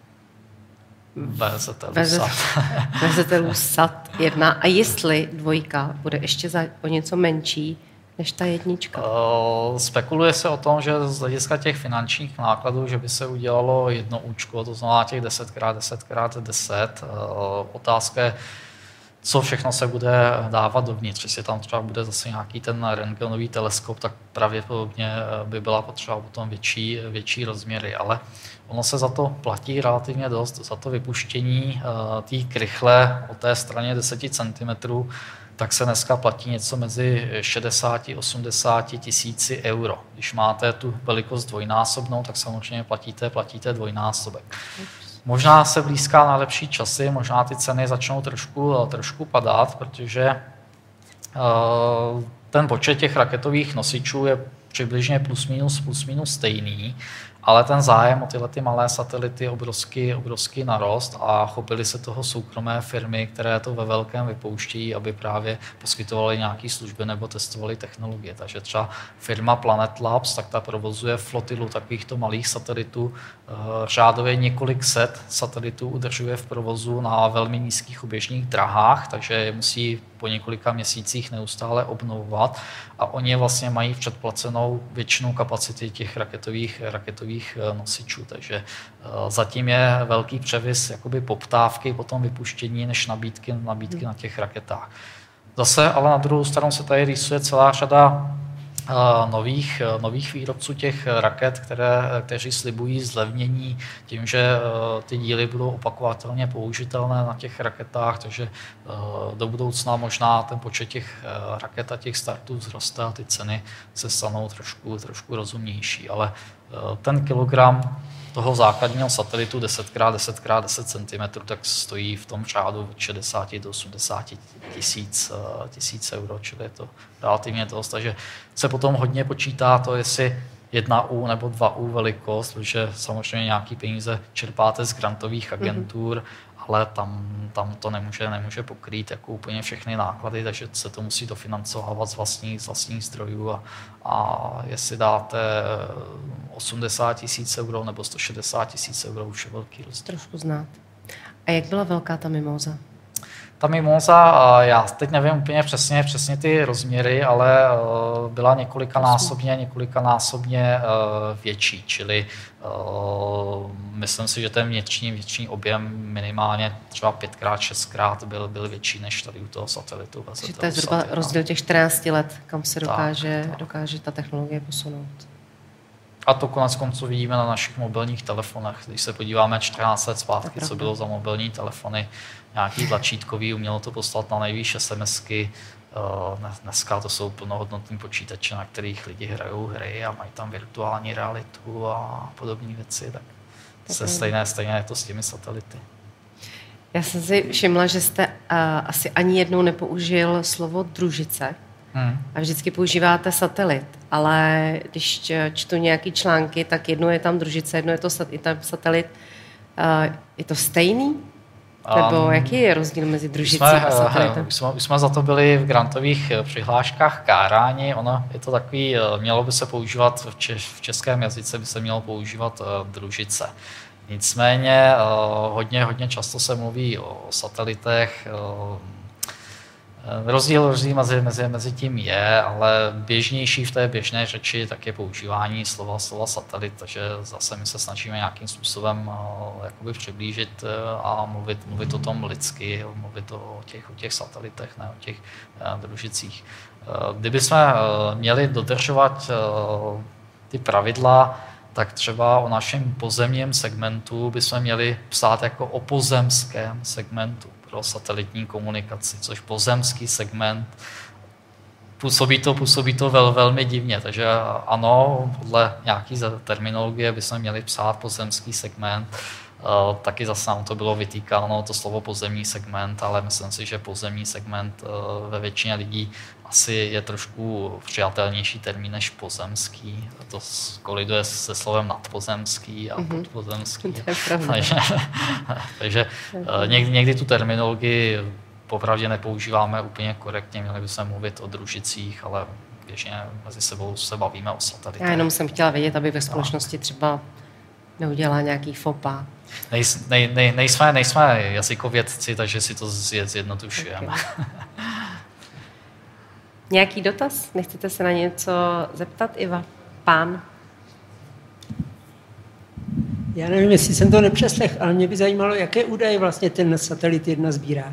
VZTLUSAT. VZTLUSAT jedna. A jestli dvojka bude ještě za, o něco menší než ta jednička? Uh, spekuluje se o tom, že z hlediska těch finančních nákladů, že by se udělalo jedno účko, to znamená těch deset krát deset krát deset. Uh, otázka je, co všechno se bude dávat dovnitř. Jestli tam třeba bude zase nějaký ten rentgenový teleskop, tak pravděpodobně by byla potřeba potom větší, větší rozměry, ale ono se za to platí relativně dost, za to vypuštění uh, té krychle o té straně deset centimetrů, tak se dneska platí něco mezi šedesát až osmdesát tisíci euro. Když máte tu velikost dvojnásobnou, tak samozřejmě platíte, platíte dvojnásobek. Možná se blízká na lepší časy, možná ty ceny začnou trošku, trošku padat, protože uh, ten počet těch raketových nosičů je přibližně plus minus, plus minus stejný, ale ten zájem o tyhle ty malé satelity obrovský, obrovský narost a chopily se toho soukromé firmy, které to ve velkém vypouštějí, aby právě poskytovaly nějaké služby nebo testovaly technologie. Takže třeba firma Planet Labs, tak ta provozuje flotilu takovýchto malých satelitů. Řádově několik set satelitů udržuje v provozu na velmi nízkých oběžných drahách, takže je musí po několika měsících neustále obnovovat a oni vlastně mají předplacenou většinu kapacity těch raketových, raketových nosičů, takže zatím je velký převis jakoby poptávky po tom vypuštění než nabídky, nabídky na těch raketách. Zase ale na druhou stranu se tady rýsuje celá řada nových, nových výrobců těch raket, které, kteří slibují zlevnění tím, že ty díly budou opakovatelně použitelné na těch raketách, takže do budoucna možná ten počet těch raket a těch startů vzroste a ty ceny se stanou trošku, trošku rozumnější, ale ten kilogram toho základního satelitu deset krát deset krát deset centimetrů, tak stojí v tom řádu od šedesát do osmdesát tisíc, tisíc euro, čili je to relativně dost. Takže se potom hodně počítá to, jestli jedna U nebo dva U velikost, protože samozřejmě nějaký peníze čerpáte z grantových agentur ale tam, tam to nemůže, nemůže pokrýt jako úplně všechny náklady, takže se to musí dofinancovávat z vlastních, z vlastních zdrojů a, a jestli dáte osmdesát tisíc euro nebo sto šedesát tisíc euro, už je velký rozdíl. Trošku znát. A jak byla velká ta mimóza? Ta mimoza, já teď nevím úplně přesně, přesně ty rozměry, ale byla několikanásobně, několikanásobně větší, čili myslím si, že ten vnitřní, vnitřní objem minimálně třeba pětkrát, šestkrát byl, byl větší než tady u toho satelitu. Takže to je zhruba rozdíl těch čtrnácti let, kam se dokáže, tak, tak. dokáže ta technologie posunout. A to konec konců vidíme na našich mobilních telefonech. Když se podíváme čtrnáct let zpátky, co bylo za mobilní telefony, nějaký tlačítkový, umělo to poslat na nejvýš SMSky. Dneska to jsou plnohodnotní počítače, na kterých lidi hrajou hry a mají tam virtuální realitu a podobné věci. Tak se stejné, stejné je to s těmi satelity. Já jsem si všimla, že jste uh, asi ani jednou nepoužil slovo družice. Hmm. A vždycky používáte satelit, ale když čtu nějaký články, tak jedno je tam družice, jedno je to sat, je tam satelit. Uh, je to stejný? Nebo um, jaký je rozdíl mezi družicí jsme, a satelitem? Už jsme, už jsme za to byli v grantových přihláškách káráni. Ono je to takový, mělo by se používat v, češ, v českém jazyce, by se mělo používat uh, družice. Nicméně uh, hodně, hodně často se mluví o satelitech. Uh, Rozdíl, rozdíl mezi, mezi, mezi tím je, ale běžnější v té běžné řeči tak je používání slova, slova satelit, takže zase my se snažíme nějakým způsobem uh, jakoby přiblížit uh, a mluvit, mluvit o tom lidsky, mluvit o těch, o těch satelitech, ne o těch uh, družicích. Uh, kdybychom uh, měli dodržovat uh, ty pravidla, tak třeba o našem pozemním segmentu bychom měli psát jako o pozemském segmentu pro satelitní komunikaci, což pozemský segment působí to, působí to vel, velmi divně. Takže ano, podle nějaké terminologie bychom měli psát pozemský segment. Taky zase nám to bylo vytýkáno, to slovo pozemní segment, ale myslím si, že pozemní segment ve většině lidí asi je trošku přijatelnější termín než pozemský. To koliduje se slovem nadpozemský a mm-hmm. podpozemský. takže takže někdy, někdy tu terminologii popravdě nepoužíváme úplně korektně, měli bychom mluvit o družicích, ale běžně mezi sebou se bavíme o satelitech. Já jenom jsem chtěla vědět, aby ve společnosti třeba neudělala nějaký fopa. Nejs, nej, nej, nejsme, nejsme jazykovědci, takže si to zjednodušujeme. Okay. Nějaký dotaz? Nechcete se na něco zeptat, Iva? Pán? Já nevím, jestli jsem to nepřeslech, ale mě by zajímalo, jaké údaje vlastně ten satelit jedna sbírá.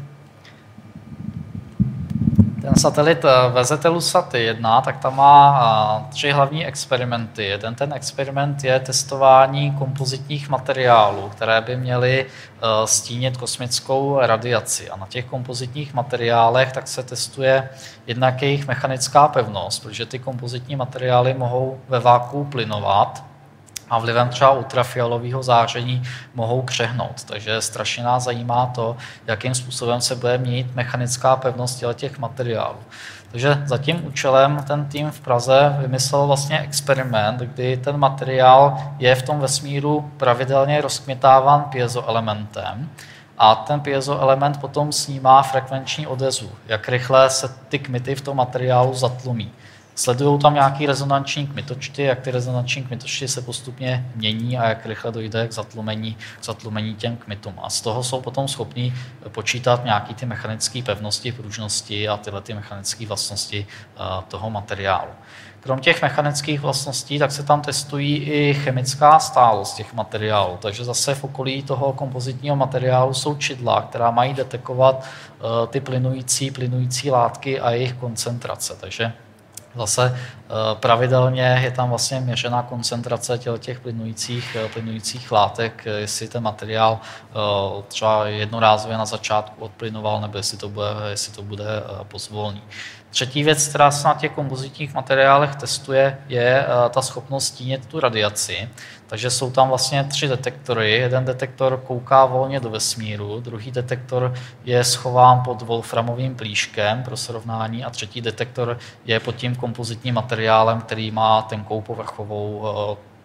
Ten satelit VZTeluSat jedna, tak tam má tři hlavní experimenty. Jeden ten experiment je testování kompozitních materiálů, které by měly stínit kosmickou radiaci. A na těch kompozitních materiálech tak se testuje jednak jejich mechanická pevnost, protože ty kompozitní materiály mohou ve vákuu plynovat a vlivem třeba ultrafialového záření mohou křehnout. Takže strašně nás zajímá to, jakým způsobem se bude měnit mechanická pevnost těch materiálů. Takže za tím účelem ten tým v Praze vymyslel vlastně experiment, kdy ten materiál je v tom vesmíru pravidelně rozkmitáván piezoelementem a ten piezoelement potom snímá frekvenční odezvu, jak rychle se ty kmity v tom materiálu zatlumí. Sledují tam nějaký rezonanční kmitočty, jak ty rezonanční kmitočty se postupně mění a jak rychle dojde k zatlumení, k zatlumení těm kmitům. A z toho jsou potom schopní počítat nějaké ty mechanické pevnosti, pružnosti a tyhle ty mechanické vlastnosti toho materiálu. Krom těch mechanických vlastností, tak se tam testují i chemická stálost těch materiálů. Takže zase v okolí toho kompozitního materiálu jsou čidla, která mají detekovat ty plynující, plynující látky a jejich koncentrace. Takže zase pravidelně je tam vlastně měřená koncentrace těch plynujících, plynujících látek, jestli ten materiál třeba jednorázově na začátku odplynoval, nebo jestli to bude, jestli to bude pozvolný. Třetí věc, která se na těch kompozitních materiálech testuje, je ta schopnost stínit tu radiaci. Takže jsou tam vlastně tři detektory. Jeden detektor kouká volně do vesmíru, druhý detektor je schován pod wolframovým plíškem pro srovnání a třetí detektor je pod tím kompozitním materiálem, který má tenkou povrchovou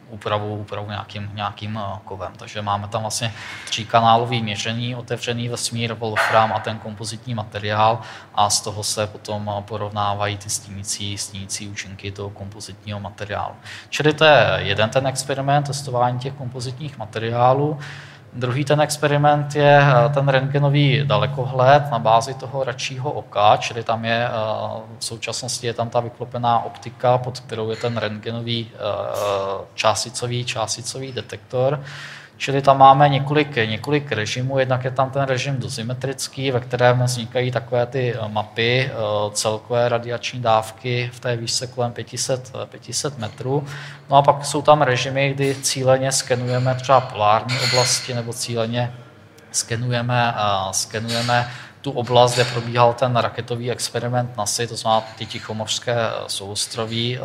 úpravu, úpravu nějakým, nějakým kovem. Takže máme tam vlastně tříkanálový měření, otevřený vesmír, wolfram a ten kompozitní materiál a z toho se potom porovnávají ty stínící, stínící účinky toho kompozitního materiálu. Čili to je jeden ten experiment, testování těch kompozitních materiálů. Druhý ten experiment je ten rentgenový dalekohled na bázi toho račího oka, čili tam je v současnosti je tam ta vyklopená optika, pod kterou je ten rentgenový částicový, částicový detektor. Čili tam máme několik, několik režimů, jednak je tam ten režim dozimetrický, ve kterém vznikají takové ty mapy celkové radiační dávky v té výšce kolem pět set metrů. No a pak jsou tam režimy, kdy cíleně skenujeme třeba polární oblasti nebo cíleně skenujeme, skenujeme tu oblast, kde probíhal ten raketový experiment NASA, to znamená ty tichomořské souostroví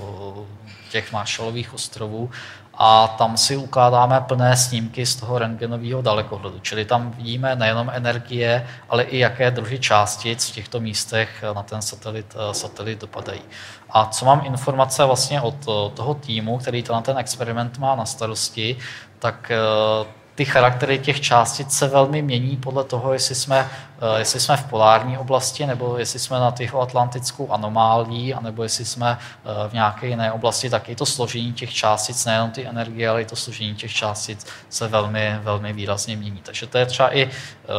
těch Marshallových ostrovů. A tam si ukládáme plné snímky z toho rentgenového dalekohledu. Čili tam vidíme nejenom energie, ale i jaké druhy částic v těchto místech na ten satelit, satelit dopadají. A co mám informace vlastně od toho týmu, který na ten experiment má na starosti, tak ty charaktery těch částic se velmi mění podle toho, jestli jsme, jestli jsme v polární oblasti, nebo jestli jsme na tichoatlantickou anomálii, anebo jestli jsme v nějaké jiné oblasti, tak i to složení těch částic, nejenom ty energie, ale i to složení těch částic se velmi, velmi výrazně mění. Takže to je třeba i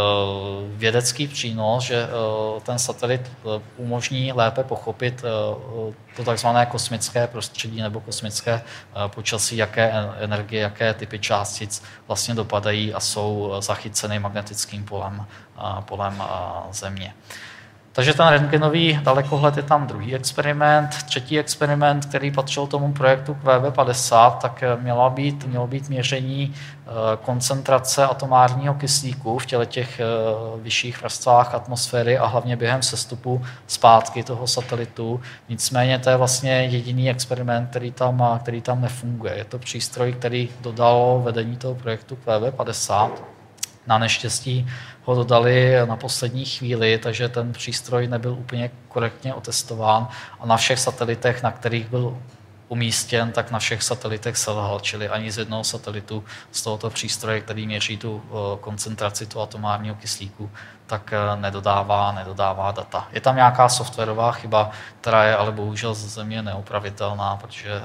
vědecký přínos, že ten satelit umožní lépe pochopit to takzvané kosmické prostředí nebo kosmické počasí, jaké energie, jaké typy částic vlastně dopadají a jsou zachyceny magnetickým polem, polem Země. Takže ten rentgenový dalekohled je tam druhý experiment. Třetí experiment, který patřil tomu projektu Q V padesát, tak mělo být, mělo být měření koncentrace atomárního kyslíku v těle těch vyšších vrstvách atmosféry a hlavně během sestupu zpátky toho satelitu. Nicméně to je vlastně jediný experiment, který tam, který tam nefunguje. Je to přístroj, který dodalo vedení toho projektu Q V padesát. Na neštěstí ho dodali na poslední chvíli, takže ten přístroj nebyl úplně korektně otestován a na všech satelitech, na kterých byl umístěn, tak na všech satelitech selhal, čili ani z jednoho satelitu z tohoto přístroje, který měří tu koncentraci toho atomárního kyslíku, tak nedodává, nedodává data. Je tam nějaká softwarová chyba, která je ale bohužel ze Země neopravitelná, protože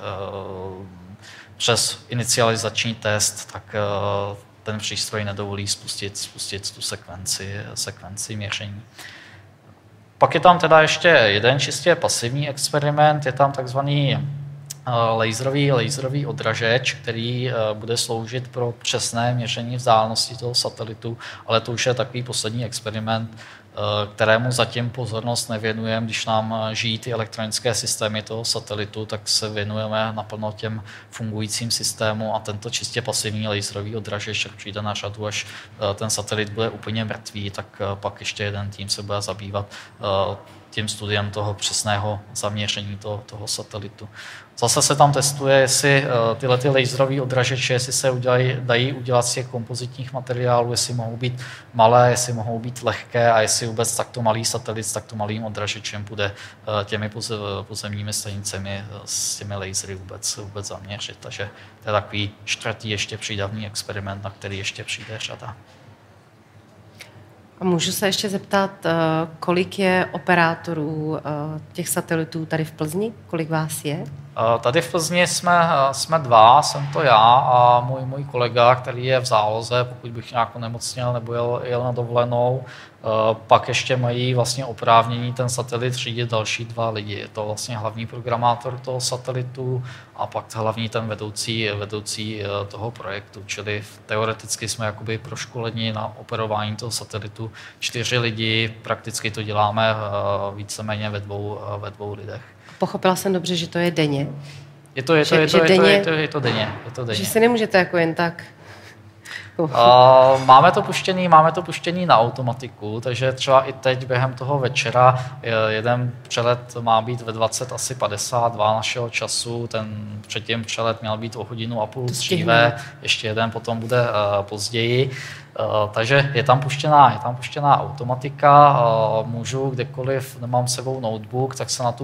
přes inicializační test tak ten přístroj nedovolí spustit, spustit tu sekvenci, sekvenci měření. Pak je tam teda ještě jeden čistě pasivní experiment, je tam takzvaný laserový, laserový odražeč, který bude sloužit pro přesné měření vzdálenosti toho satelitu, ale to už je takový poslední experiment, kterému zatím pozornost nevěnujeme. Když nám žijí ty elektronické systémy toho satelitu, tak se věnujeme naplno těm fungujícím systémům a tento čistě pasivní laserový odražeč přijde na řadu, až ten satelit bude úplně mrtvý, tak pak ještě jeden tým se bude zabývat tím studiem toho přesného zaměření toho, toho satelitu. Zase se tam testuje, jestli tyhle ty laserové odražeče, jestli se udělají, dají udělat z těch kompozitních materiálů, jestli mohou být malé, jestli mohou být lehké a jestli vůbec takto malý satelit s takto malým odražečem bude těmi pozemními stanicemi s těmi lasery vůbec, vůbec zaměřit. Takže to je takový čtvrtý ještě přídavný experiment, na který ještě přijde řada. A můžu se ještě zeptat, kolik je operátorů těch satelitů tady v Plzni? Kolik vás je? Tady v Plzni jsme, jsme dva, jsem to já a můj, můj kolega, který je v záloze, pokud bych nějak onemocněl nebo jel, jel na dovolenou. Pak ještě mají vlastně oprávnění ten satelit řídit další dva lidi. Je to vlastně hlavní programátor toho satelitu a pak hlavní ten vedoucí, vedoucí toho projektu. Čili teoreticky jsme jakoby proškoleni na operování toho satelitu. Čtyři lidi, prakticky to děláme víceméně ve dvou, ve dvou lidech. Pochopila jsem dobře, že to je denně. Je to, je to, je to, je to, je to, je to denně. Je to denně. Že si nemůžete jako jen tak... Uh, máme to puštěný, máme to puštěný na automatiku, takže třeba i teď během toho večera jeden přelet má být ve dvacet asi padesát dva našeho času, ten předtím přelet měl být o hodinu a půl dříve, ještě jeden potom bude uh, později. Uh, takže je tam puštěná, je tam puštěná automatika, uh, můžu kdekoliv, nemám s sebou notebook, tak se na tu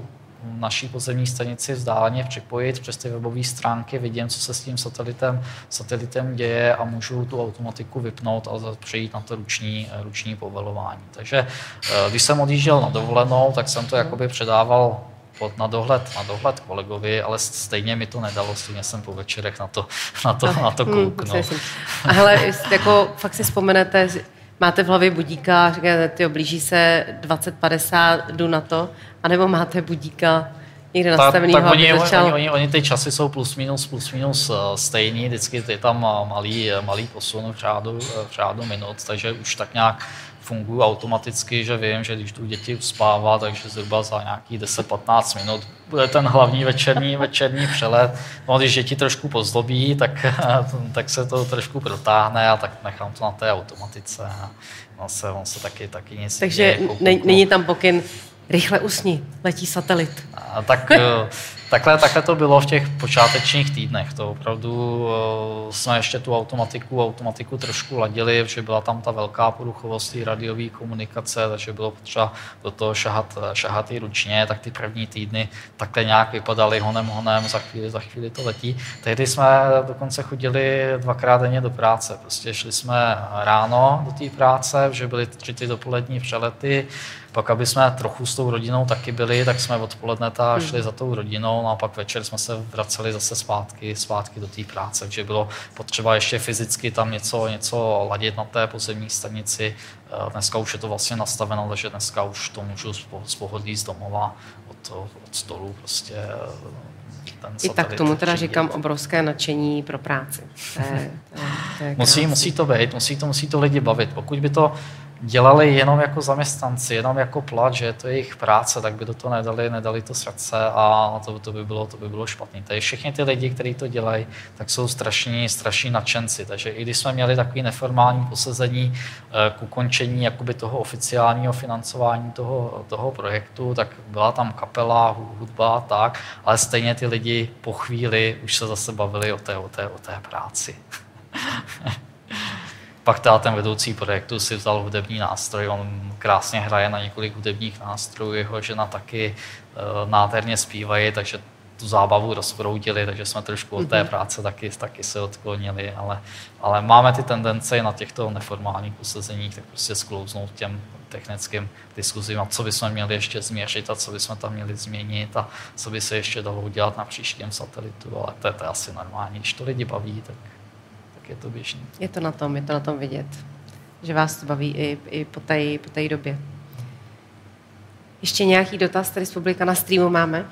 naší pozemní stanici vzdáleně připojit přes ty webové stránky, vidím, co se s tím satelitem, satelitem děje a můžu tu automatiku vypnout a přejít na to ruční, ruční povolování. Takže když jsem odjížděl na dovolenou, tak jsem to jakoby předával pod, na, dohled, na dohled kolegovi, ale stejně mi to nedalo, stejně jsem po večerech na to, na to, na to kouknul. Hmm, a hele, jako fakt si vzpomenete, máte v hlavě budíka a říkáte, tyjo, blíží se dvacet padesát, jdu na to, anebo máte budíka někde nastavený, tak oni, začal... oni, oni, oni ty časy jsou plus minus, plus minus stejný, vždycky je tam malý, malý posun v řádu, v řádu minut, takže už tak nějak fungují automaticky, že vím, že když jdu děti uspávat, takže zhruba za nějakých deset patnáct minut bude ten hlavní večerní, večerní přelet. No, když děti trošku pozdobí, tak, tak se to trošku protáhne a tak nechám to na té automatice. On se, on se taky, taky nic takže není tam pokyn rychle usni, letí satelit. A tak takhle, takhle to bylo v těch počátečních týdnech. To opravdu uh, jsme ještě tu automatiku, automatiku trošku ladili, že byla tam ta velká poruchovost radiové komunikace, takže bylo potřeba do toho šahat, šahat i ručně, tak ty první týdny takhle nějak vypadaly honem, honem, za chvíli, za chvíli to letí. Tehdy jsme dokonce chodili dvakrát denně do práce. Prostě šli jsme ráno do té práce, že byly tři ty dopolední přelety, pak, aby jsme trochu s tou rodinou taky byli, tak jsme odpoledne ta šli za tou rodinou, no a pak večer jsme se vraceli zase zpátky, zpátky do té práce, takže bylo potřeba ještě fyzicky tam něco, něco ladit na té pozemní stanici. Dneska už je to vlastně nastaveno, takže dneska už to můžu z pohodlí z domova od, od stolu prostě. I tak tomu teda říkám obrovské nadšení pro práci. To je, to je, to je musí, musí to být, musí to, musí to lidi bavit. Pokud by to dělali jenom jako zaměstnanci, jenom jako plat, že je to jejich práce, tak by do toho nedali, nedali to srdce a to, to, by bylo, to by bylo špatný. Takže všichni ty lidi, kteří to dělají, tak jsou strašní, strašní nadšenci. Takže i když jsme měli takový neformální posazení k ukončení jakoby toho oficiálního financování toho, toho projektu, tak byla tam kapela, hudba a tak, ale stejně ty lidi po chvíli už se zase bavili o té, o té, o té práci. Pak teda ten vedoucí projektu si vzal hudební nástroj, on krásně hraje na několik hudebních nástrojů, jeho žena taky e, nádherně zpívají, takže tu zábavu rozproudili, takže jsme trošku od té práce taky, taky se odklonili, ale, ale máme ty tendence na těchto neformálních posazeních, tak prostě sklouznout těm technickým diskuzím, a co bychom měli ještě změřit a co bychom tam měli změnit a co by se ještě dalo udělat na příštím satelitu, ale to je, to je asi normální, když to lidi baví, tak je to běžný. Je to na tom, je to na tom vidět, že vás to baví i, i po té po té době. Ještě nějaký dotaz tady z publika na streamu máme?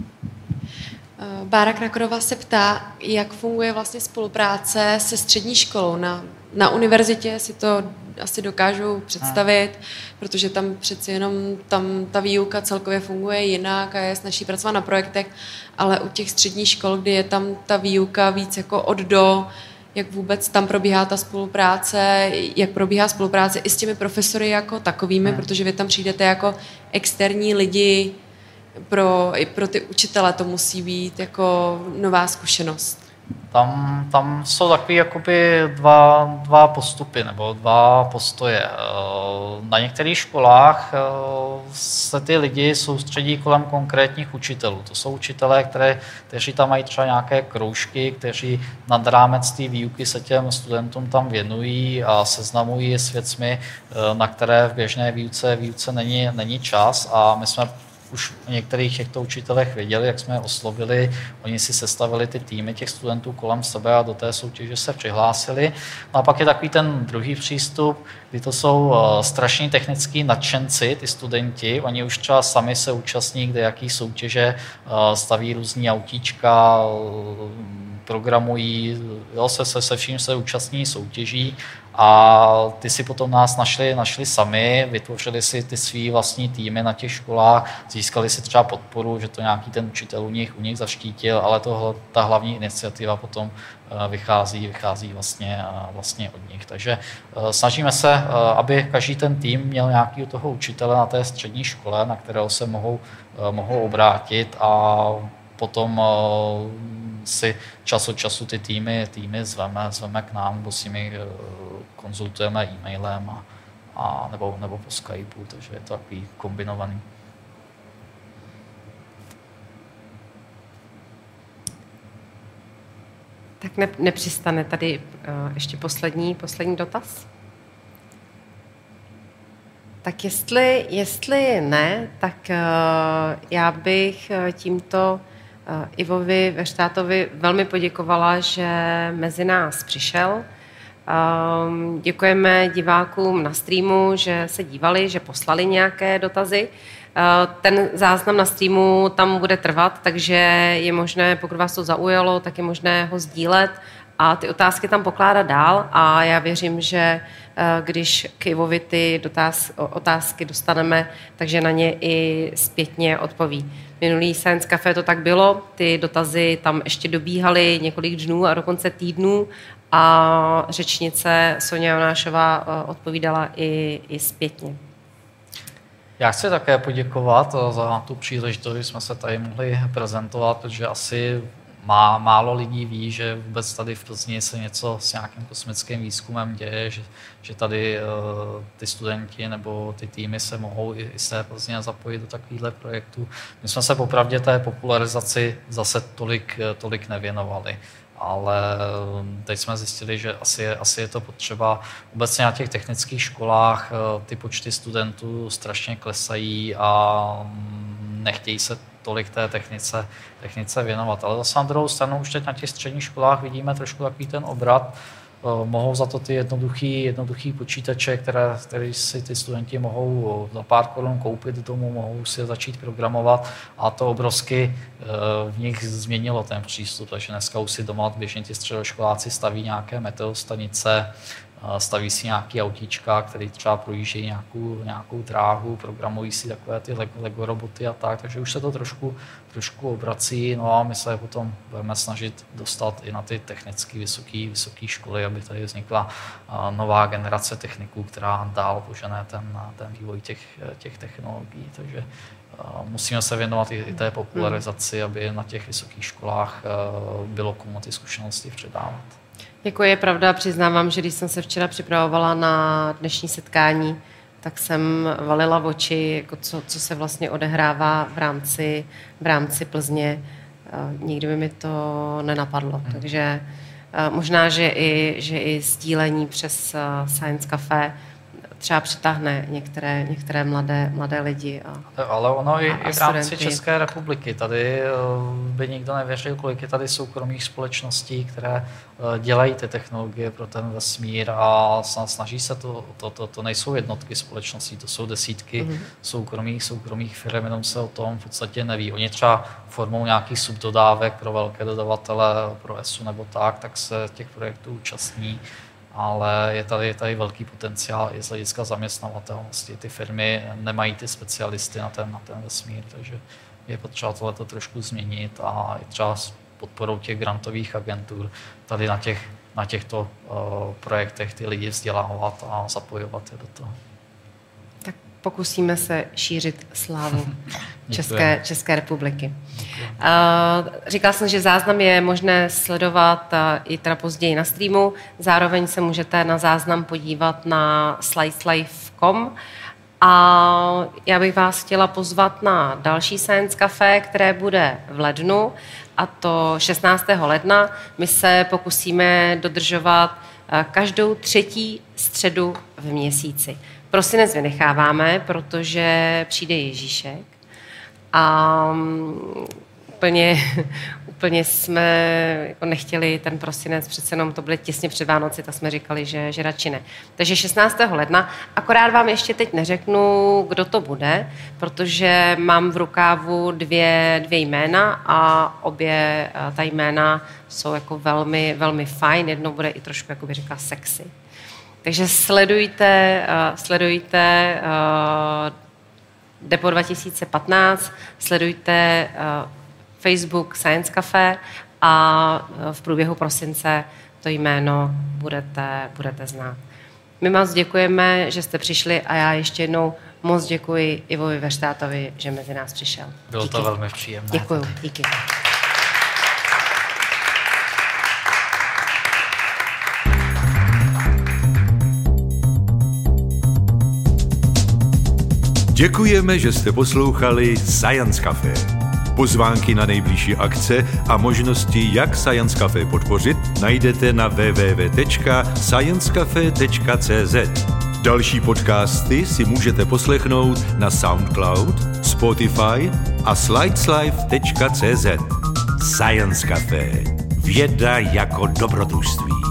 Bára Krakorová se ptá, jak funguje vlastně spolupráce se střední školou. Na, na univerzitě si to asi dokážu představit, protože tam přeci jenom tam ta výuka celkově funguje jinak a je snaží pracovat na projektech, ale u těch středních škol, kdy je tam ta výuka víc jako od do, jak vůbec tam probíhá ta spolupráce, jak probíhá spolupráce i s těmi profesory jako takovými, hmm. protože vy tam přijdete jako externí lidi, pro, i pro ty učitele to musí být jako nová zkušenost. Tam, tam jsou takové jakoby dva, dva postupy nebo dva postoje. Na některých školách se ty lidi soustředí kolem konkrétních učitelů. To jsou učitelé, které, kteří tam mají třeba nějaké kroužky, kteří nad rámec té výuky se těm studentům tam věnují a seznamují s věcmi, na které v běžné výuce, výuce není, není čas. A my jsme už o některých těchto učitelech věděli, jak jsme je oslovili, oni si sestavili ty týmy těch studentů kolem sebe a do té soutěže se přihlásili. No a pak je takový ten druhý přístup, kdy to jsou strašní technický nadšenci, ty studenti, oni už třeba sami se účastní kdejaký soutěže, staví různý autíčka, programují, jo, se, se, se vším se účastní soutěží a ty si potom nás našli, našli sami, vytvořili si ty svý vlastní týmy na těch školách, získali si třeba podporu, že to nějaký ten učitel u nich, u nich zaštítil, ale to, ta hlavní iniciativa potom vychází, vychází vlastně, vlastně od nich. Takže snažíme se, aby každý ten tým měl nějakého toho učitele na té střední škole, na kterého se mohou, mohou obrátit a potom si čas od času ty týmy, týmy zveme, zveme k nám, nebo s nimi konzultujeme e-mailem a, a nebo, nebo po Skypeu, takže je to takový kombinovaný. Tak ne, nepřistane tady uh, ještě poslední, poslední dotaz. Tak jestli, jestli ne, tak uh, já bych tímto uh, Ivovi Verštátovi velmi poděkovala, že mezi nás přišel. Um, děkujeme divákům na streamu, že se dívali, že poslali nějaké dotazy. Uh, ten záznam na streamu tam bude trvat, takže je možné, pokud vás to zaujalo, tak je možné ho sdílet a ty otázky tam pokládat dál a já věřím, že když k Ivovi ty dotaz, otázky dostaneme, takže na ně i zpětně odpoví. Minulý Science Café to tak bylo, ty dotazy tam ještě dobíhaly několik dnů a dokonce týdnů a řečnice Sonia Jonášová odpovídala i, i zpětně. Já chci také poděkovat za tu příležitost, že jsme se tady mohli prezentovat, protože asi má, málo lidí ví, že vůbec tady v Plzni se něco s nějakým kosmickým výzkumem děje, že, že tady uh, ty studenti nebo ty týmy se mohou i, i z té Plzně zapojit do takovýchhle projektů. My jsme se popravdě té popularizaci zase tolik, tolik nevěnovali. Ale teď jsme zjistili, že asi je, asi je to potřeba. Obecně na těch technických školách ty počty studentů strašně klesají a nechtějí se tolik té technice, technice věnovat. Ale zase na druhou stranu už teď na těch středních školách vidíme trošku takový ten obrat. Mohou za to ty jednoduchý, jednoduchý počítače, které, které si ty studenti mohou za pár korun koupit domů, mohou si začít programovat a to obrovsky v nich změnilo ten přístup. Takže dneska už si doma běžně ti středoškoláci staví nějaké meteostanice, staví si nějaký autíčka, který třeba projíždějí nějakou, nějakou dráhu, programují si takové ty Lego, Lego roboty a tak, takže už se to trošku, trošku obrací, no a my se potom budeme snažit dostat i na ty technické vysoké vysoké školy, aby tady vznikla nová generace techniků, která dál požene ten, ten vývoj těch, těch technologií, takže musíme se věnovat i, i té popularizaci, aby na těch vysokých školách bylo komu ty zkušenosti předávat. Jako je pravda, přiznávám, že když jsem se včera připravovala na dnešní setkání, tak jsem valila v oči, jako co, co se vlastně odehrává v rámci, v rámci Plzně. Nikdy by mi to nenapadlo. Hmm. Takže možná, že i, že i sdílení přes Science Café třeba přitáhne některé, některé mladé, mladé lidi. A, ale ono i, a i v rámci České republiky. Tady by nikdo nevěřil, kolik je tady soukromých společností, které dělají ty technologie pro ten vesmír a snaží se to, to, to, to nejsou jednotky společností, to jsou desítky mm-hmm. soukromých, soukromých firm, jenom se o tom v podstatě neví. Oni třeba formou nějakých subdodávek pro velké dodavatele, pro E S U nebo tak, tak se těch projektů účastní. Ale je tady, je tady velký potenciál i z hlediska zaměstnavatelnosti. Ty firmy nemají ty specialisty na ten, na ten vesmír, takže je potřeba tohleto trošku změnit a je třeba s podporou těch grantových agentur tady na, těch, na těchto uh, projektech ty lidi vzdělávat a zapojovat je do toho. Tak pokusíme se šířit slávu České, České republiky. Uh, říkal jsem, že záznam je možné sledovat uh, i teda později na streamu. Zároveň se můžete na záznam podívat na slideslive tečka com. A já bych vás chtěla pozvat na další Science Café, které bude v lednu, a to šestnáctého ledna. My se pokusíme dodržovat uh, každou třetí středu v měsíci. Prosinec vynecháváme, protože přijde Ježíšek a um, úplně, úplně jsme jako nechtěli ten prosinec, přece jenom to bylo těsně před Vánoci, tak jsme říkali, že, že radši ne. Takže šestnáctého ledna, akorát vám ještě teď neřeknu, kdo to bude, protože mám v rukávu dvě, dvě jména a obě ta jména jsou jako velmi, velmi fajn, jedno bude i trošku, jako by řekla, sexy. Takže sledujte, uh, sledujte uh, Depo dva tisíce patnáct, sledujte uh, Facebook Science Café a uh, v průběhu prosince to jméno budete, budete znát. My moc děkujeme, že jste přišli a já ještě jednou moc děkuji Ivovi Verštátovi, že mezi nás přišel. Bylo díky. To velmi příjemné. Děkuju, díky. Děkujeme, že jste poslouchali Science Café. Pozvánky na nejbližší akce a možnosti, jak Science Café podpořit, najdete na w w w tečka science cafe tečka c z. Další podcasty si můžete poslechnout na SoundCloud, Spotify a slideslife tečka c z. Science Café. Věda jako dobrodružství.